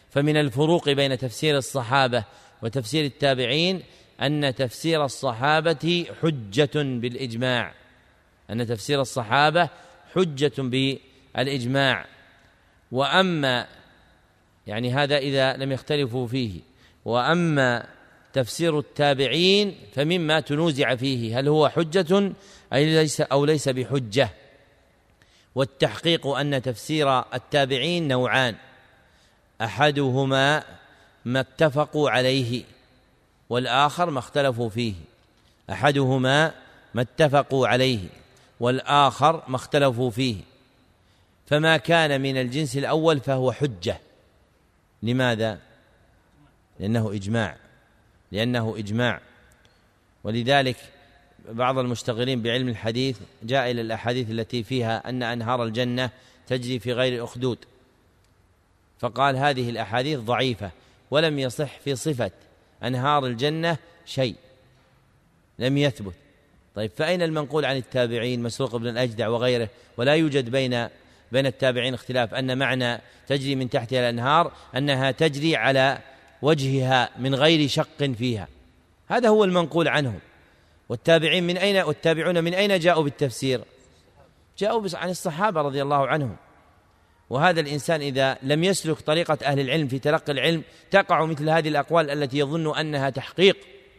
[SPEAKER 1] فمن الفروق بين تفسير الصحابة وتفسير التابعين أن تفسير الصحابة حجة بالإجماع، أن تفسير الصحابة حجة بالإجماع. وأما يعني هذا إذا لم يختلفوا فيه، وأما تفسير التابعين فمما تنوزع فيه هل هو حجة أي ليس أو ليس بحجة. والتحقيق أن تفسير التابعين نوعان، أحدهما ما اتفقوا عليه والآخر ما اختلفوا فيه، أحدهما ما اتفقوا عليه والآخر ما اختلفوا فيه. فما كان من الجنس الأول فهو حجة. لماذا؟ لأنه إجماع، لأنه إجماع. ولذلك بعض المشتغلين بعلم الحديث جاء إلى الأحاديث التي فيها أن أنهار الجنة تجري في غير أخدود، فقال هذه الأحاديث ضعيفة ولم يصح في صفة أنهار الجنة شيء، لم يثبت. طيب فأين المنقول عن التابعين مسروق بن الأجدع وغيره؟ ولا يوجد بين بين التابعين اختلاف أن معنى تجري من تحتها الأنهار أنها تجري على وجهها من غير شق فيها، هذا هو المنقول عنهم. والتابعين من أين والتابعون من أين جاءوا بالتفسير؟ جاءوا عن الصحابة رضي الله عنهم. وهذا الإنسان إذا لم يسلك طريقة أهل العلم في تلقي العلم تقع مثل هذه الأقوال التي يظن أنها تحقيق،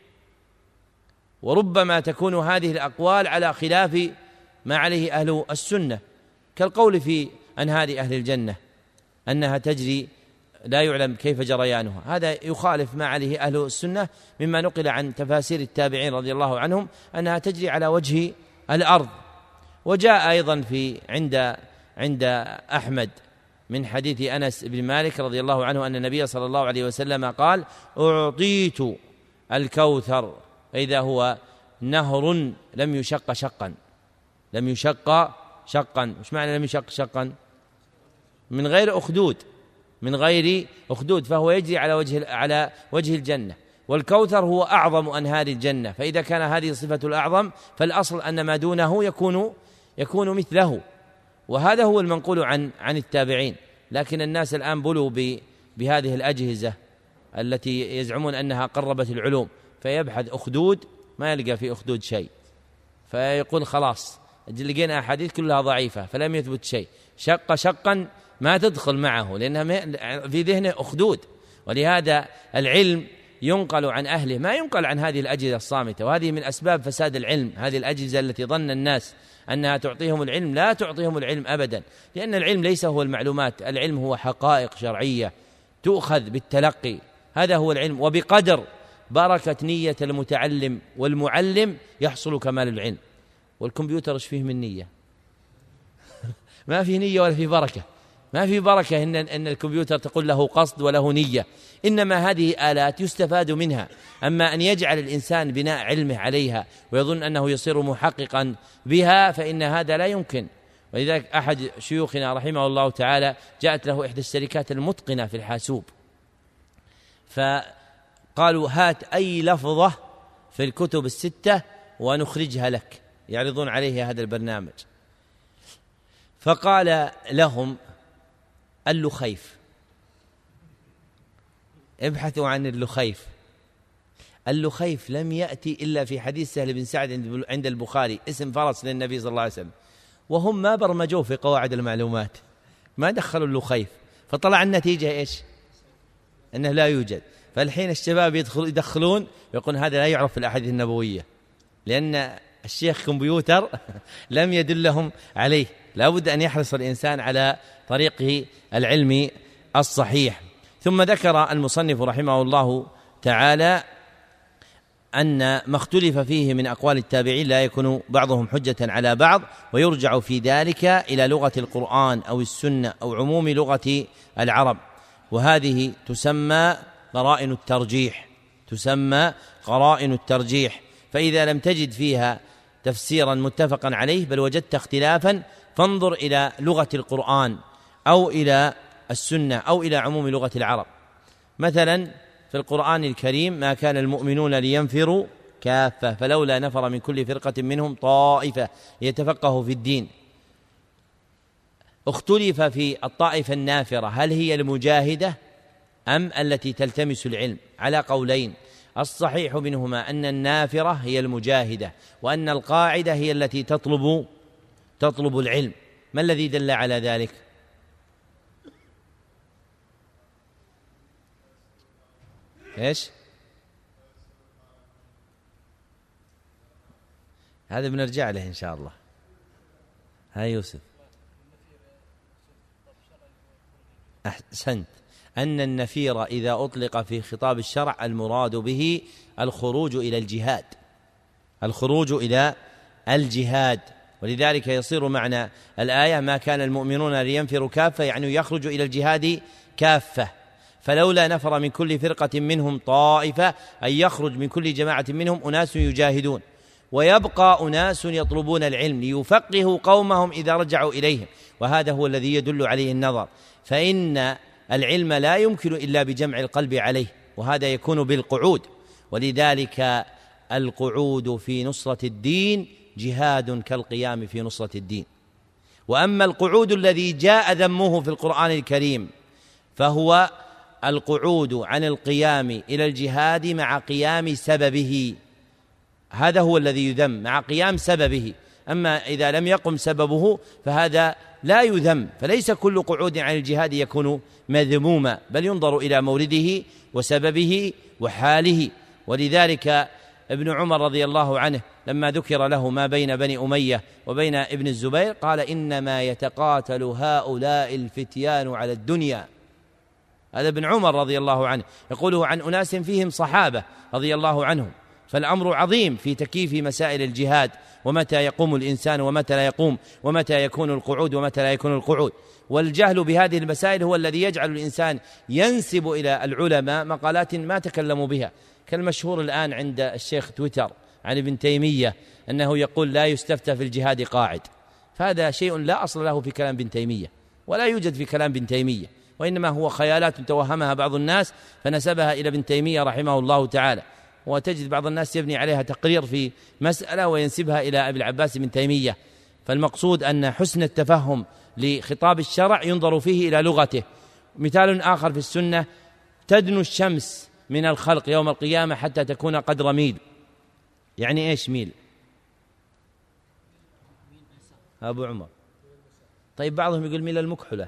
[SPEAKER 1] وربما تكون هذه الأقوال على خلاف ما عليه أهل السنة، كالقول في أنهار أهل الجنة أنها تجري لا يعلم كيف جريانها، هذا يخالف ما عليه أهل السنة مما نقل عن تفاسير التابعين رضي الله عنهم أنها تجري على وجه الأرض. وجاء أيضا في عند عند أحمد من حديث أنس بن مالك رضي الله عنه أن النبي صلى الله عليه وسلم قال أعطيت الكوثر، فإذا هو نهر لم يشق شقا، لم يشق شقا. وش معنى لم يشق شقا؟ من غير أخدود، من غير أخدود، فهو يجري على وجه على وجه الجنة. والكوثر هو أعظم أنهار الجنة، فإذا كان هذه صفة الأعظم فالأصل أن ما دونه يكون يكون مثله. وهذا هو المنقول عن عن التابعين. لكن الناس الآن بلوا بهذه الأجهزة التي يزعمون أنها قربت العلوم، فيبحث أخدود ما يلقى في أخدود شيء، فيقول خلاص لقينا أحاديث كلها ضعيفة فلم يثبت شيء، شق شقا ما تدخل معه لأنها في ذهنه أخدود. ولهذا العلم ينقل عن أهله ما ينقل عن هذه الأجهزة الصامتة، وهذه من أسباب فساد العلم. هذه الأجهزة التي ظن الناس أنها تعطيهم العلم لا تعطيهم العلم أبدا، لأن العلم ليس هو المعلومات، العلم هو حقائق شرعية تؤخذ بالتلقي، هذا هو العلم. وبقدر بركة نية المتعلم والمعلم يحصل كمال العلم. والكمبيوتر ايش فيه من نية؟ ما فيه نية ولا فيه بركة، ما في بركة إن, إن الكمبيوتر تقول له قصد وله نية، إنما هذه آلات يستفاد منها. أما أن يجعل الإنسان بناء علمه عليها ويظن أنه يصير محققا بها فإن هذا لا يمكن. ولذلك أحد شيوخنا رحمه الله تعالى جاءت له إحدى الشركات المتقنة في الحاسوب، فقالوا هات أي لفظة في الكتب الستة ونخرجها لك، يعرضون عليه هذا البرنامج. فقال لهم اللخيف، ابحثوا عن اللخيف. اللخيف لم يأتي إلا في حديث سهل بن سعد عند البخاري، اسم فرس للنبي صلى الله عليه وسلم، وهم ما برمجوه في قواعد المعلومات، ما دخلوا اللخيف، فطلع النتيجة إيش؟ أنه لا يوجد. فالحين الشباب يدخل يدخلون يقول هذا لا يعرف في الأحاديث النبوية، لأن الشيخ كمبيوتر لم يدلهم عليه. لا بد أن يحرص الإنسان على طريقه العلمي الصحيح. ثم ذكر المصنف رحمه الله تعالى أن ما اختلف فيه من أقوال التابعين لا يكون بعضهم حجة على بعض، ويرجع في ذلك إلى لغة القرآن أو السنة أو عموم لغة العرب، وهذه تسمى قرائن الترجيح، تسمى قرائن الترجيح. فإذا لم تجد فيها تفسيرا متفقا عليه بل وجدت اختلافا فانظر إلى لغة القرآن أو إلى السنة أو إلى عموم لغة العرب. مثلا في القرآن الكريم ما كان المؤمنون لينفروا كافة فلولا نفر من كل فرقة منهم طائفة ليتفقهوا في الدين. اختلف في الطائفة النافرة هل هي المجاهدة أم التي تلتمس العلم؟ على قولين، الصحيح منهما أن النافرة هي المجاهدة، وأن القاعدة هي التي تطلب تطلب العلم. ما الذي دل على ذلك؟ إيش؟ هذا بنرجع له إن شاء الله. هاي يوسف. أحسنت. أن النفير إذا أطلق في خطاب الشرع المراد به الخروج إلى الجهاد، الخروج إلى الجهاد، ولذلك يصير معنى الآية ما كان المؤمنون لينفروا كافة، يعني يخرج إلى الجهاد كافة. فلولا نفر من كل فرقة منهم طائفة، أن يخرج من كل جماعة منهم أناس يجاهدون، ويبقى أناس يطلبون العلم ليفقهوا قومهم إذا رجعوا إليهم، وهذا هو الذي يدل عليه النظر. فإن العلم لا يمكن إلا بجمع القلب عليه، وهذا يكون بالقعود، ولذلك القعود في نصرة الدين جهاد كالقيام في نصرة الدين. وأما القعود الذي جاء ذمه في القرآن الكريم فهو القعود عن القيام إلى الجهاد مع قيام سببه، هذا هو الذي يذم، مع قيام سببه. أما إذا لم يقم سببه فهذا لا يذم. فليس كل قعود عن الجهاد يكون مذموما، بل ينظر إلى مورده وسببه وحاله. ولذلك ابن عمر رضي الله عنه لما ذكر له ما بين بني أمية وبين ابن الزبير قال إنما يتقاتل هؤلاء الفتيان على الدنيا. هذا ابن عمر رضي الله عنه يقوله عن أناس فيهم صحابة رضي الله عنهم. فالأمر عظيم في تكييف مسائل الجهاد، ومتى يقوم الإنسان ومتى لا يقوم، ومتى يكون القعود ومتى لا يكون القعود. والجهل بهذه المسائل هو الذي يجعل الإنسان ينسب إلى العلماء مقالات ما تكلموا بها، كالمشهور الآن عند الشيخ تويتر عن ابن تيمية أنه يقول لا يستفتى في الجهاد قاعد. فهذا شيء لا أصل له في كلام ابن تيمية، ولا يوجد في كلام ابن تيمية، وإنما هو خيالات توهمها بعض الناس فنسبها إلى ابن تيمية رحمه الله تعالى. وتجد بعض الناس يبني عليها تقرير في مسألة وينسبها إلى أبي العباس بن تيمية. فالمقصود أن حسن التفهم لخطاب الشرع ينظر فيه إلى لغته. مثال آخر في السنة: تدنو الشمس من الخلق يوم القيامة حتى تكون قدر ميل. يعني إيش ميل؟ أبو عمر. طيب بعضهم يقول ميل المكحلة،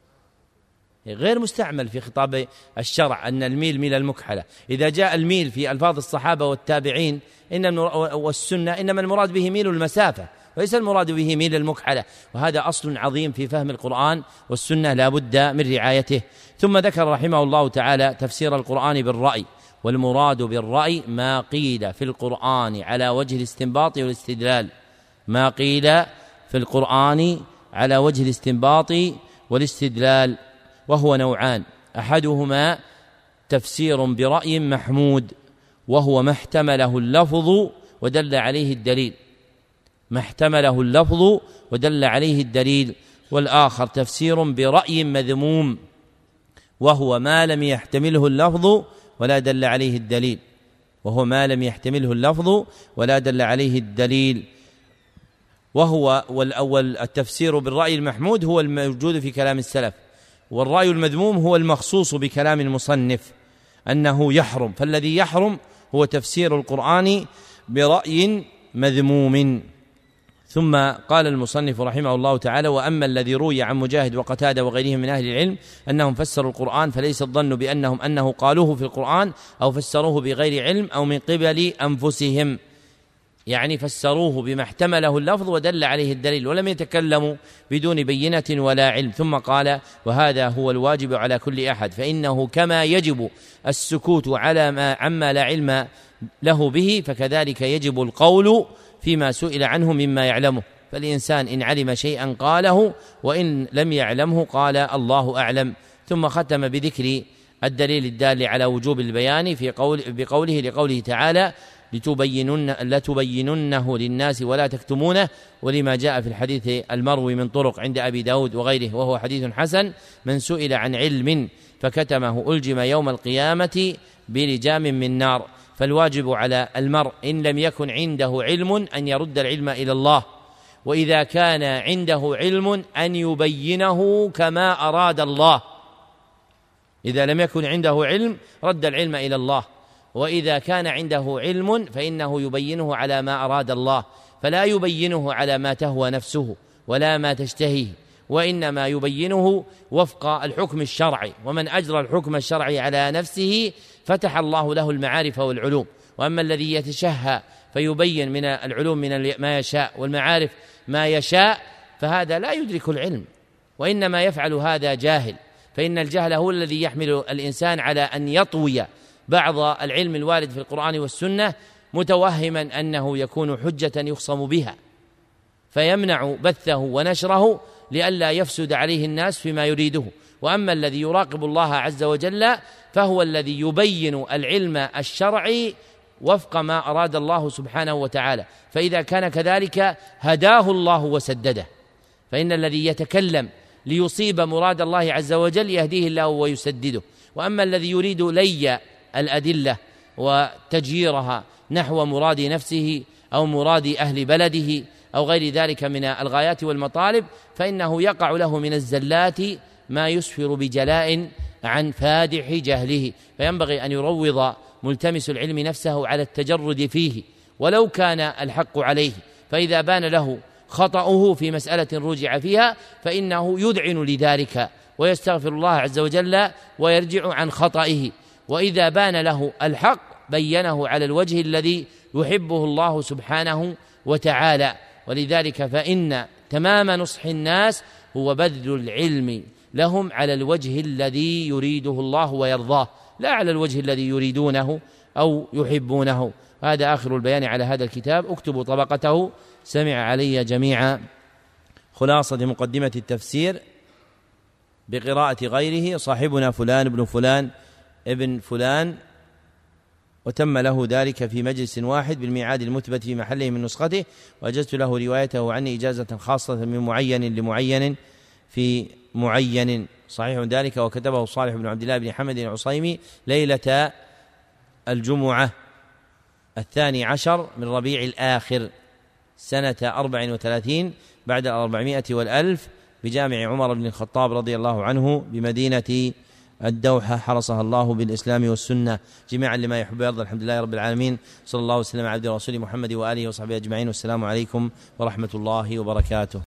[SPEAKER 1] غير مستعمل في خطاب الشرع أن الميل ميل المكحلة. إذا جاء الميل في ألفاظ الصحابة والتابعين إن والسنة إنما المراد به ميل المسافة، وليس المراد به ميل المكحلة. وهذا أصل عظيم في فهم القرآن والسنة لا بد من رعايته. ثم ذكر رحمه الله تعالى تفسير القرآن بالرأي، والمراد بالرأي ما قيل في القرآن على وجه الاستنباط والاستدلال، ما قيل في القرآن على وجه الاستنباط والاستدلال، وهو نوعان: أحدهما تفسير برأي محمود، وهو ما احتمله اللفظ ودل عليه الدليل، ما احتمله اللفظ ودل عليه الدليل. والآخر تفسير برأي مذموم، وهو ما لم يحتمله اللفظ ولا دل عليه الدليل، وهو ما لم يحتمله اللفظ ولا دل عليه الدليل. وهو والأول التفسير بالرأي المحمود هو الموجود في كلام السلف، والرأي المذموم هو المخصوص بكلام المصنف أنه يحرم. فالذي يحرم هو تفسير القرآن برأي مذموم. ثم قال المصنف رحمه الله تعالى: وأما الذي روي عن مجاهد وقتادة وغيرهم من أهل العلم أنهم فسروا القرآن فليس الظن بأنهم أنه قالوه في القرآن أو فسروه بغير علم أو من قبل أنفسهم، يعني فسروه بما احتمله اللفظ ودل عليه الدليل، ولم يتكلموا بدون بينة ولا علم. ثم قال: وهذا هو الواجب على كل أحد، فإنه كما يجب السكوت على ما عما لا علم له به، فكذلك يجب القول فيما سئل عنه مما يعلمه. فالإنسان إن علم شيئا قاله، وإن لم يعلمه قال الله أعلم. ثم ختم بذكر الدليل الدال على وجوب البيان في قول بقوله لقوله تعالى: لتبينن لتبيننه للناس ولا تكتمونه، ولما جاء في الحديث المروي من طرق عند أبي داود وغيره وهو حديث حسن: من سئل عن علم فكتمه ألجم يوم القيامة بلجام من نار. فالواجب على المرء إن لم يكن عنده علم أن يرد العلم إلى الله، وإذا كان عنده علم أن يبينه كما أراد الله. إذا لم يكن عنده علم رد العلم إلى الله، وإذا كان عنده علم فإنه يبينه على ما أراد الله، فلا يبينه على ما تهوى نفسه ولا ما تشتهيه، وإنما يبينه وفق الحكم الشرعي. ومن أجرى الحكم الشرعي على نفسه فتح الله له المعارف والعلوم. وأما الذي يتشهى فيبين من العلوم من ما يشاء والمعارف ما يشاء، فهذا لا يدرك العلم، وإنما يفعل هذا جاهل، فإن الجهل هو الذي يحمل الإنسان على أن يطوي بعض العلم الوارد في القرآن والسنة متوهما أنه يكون حجة يخصم بها، فيمنع بثه ونشره لئلا يفسد عليه الناس فيما يريده. وأما الذي يراقب الله عز وجل فهو الذي يبين العلم الشرعي وفق ما أراد الله سبحانه وتعالى، فإذا كان كذلك هداه الله وسدده. فإن الذي يتكلم ليصيب مراد الله عز وجل يهديه الله ويسدده، وأما الذي يريد لي الأدلة وتجييرها نحو مراد نفسه أو مراد أهل بلده أو غير ذلك من الغايات والمطالب فإنه يقع له من الزلات ما يسفر بجلاء عن فادح جهله. فينبغي أن يروض ملتمس العلم نفسه على التجرد فيه ولو كان الحق عليه، فإذا بان له خطأه في مسألة رجع فيها فإنه يذعن لذلك ويستغفر الله عز وجل ويرجع عن خطئه، وإذا بان له الحق بينه على الوجه الذي يحبه الله سبحانه وتعالى. ولذلك فإن تمام نصح الناس هو بذل العلم لهم على الوجه الذي يريده الله ويرضاه، لا على الوجه الذي يريدونه أو يحبونه. هذا آخر البيان على هذا الكتاب. اكتبوا طبقته. سمع علي جميعا خلاصة مقدمة التفسير بقراءة غيره صاحبنا فلان ابن فلان ابن فلان، وتم له ذلك في مجلس واحد بالميعاد المثبت في محله من نسخته، وأجزت له روايته عني إجازة خاصة من معين لمعين في معين. صحيح ذلك وكتبه صالح بن عبد الله بن حمد العصيمي ليلة الجمعة الثاني عشر من ربيع الآخر سنة أربع وثلاثين بعد الأربعمائة والألف بجامع عمر بن الخطاب رضي الله عنه بمدينة الدوحة، حرصها الله بالإسلام والسنة جميعا لما يحب ويرضى. الحمد لله رب العالمين، صلى الله وسلم على عبد رسول محمد وآله وصحبه أجمعين، والسلام عليكم ورحمة الله وبركاته.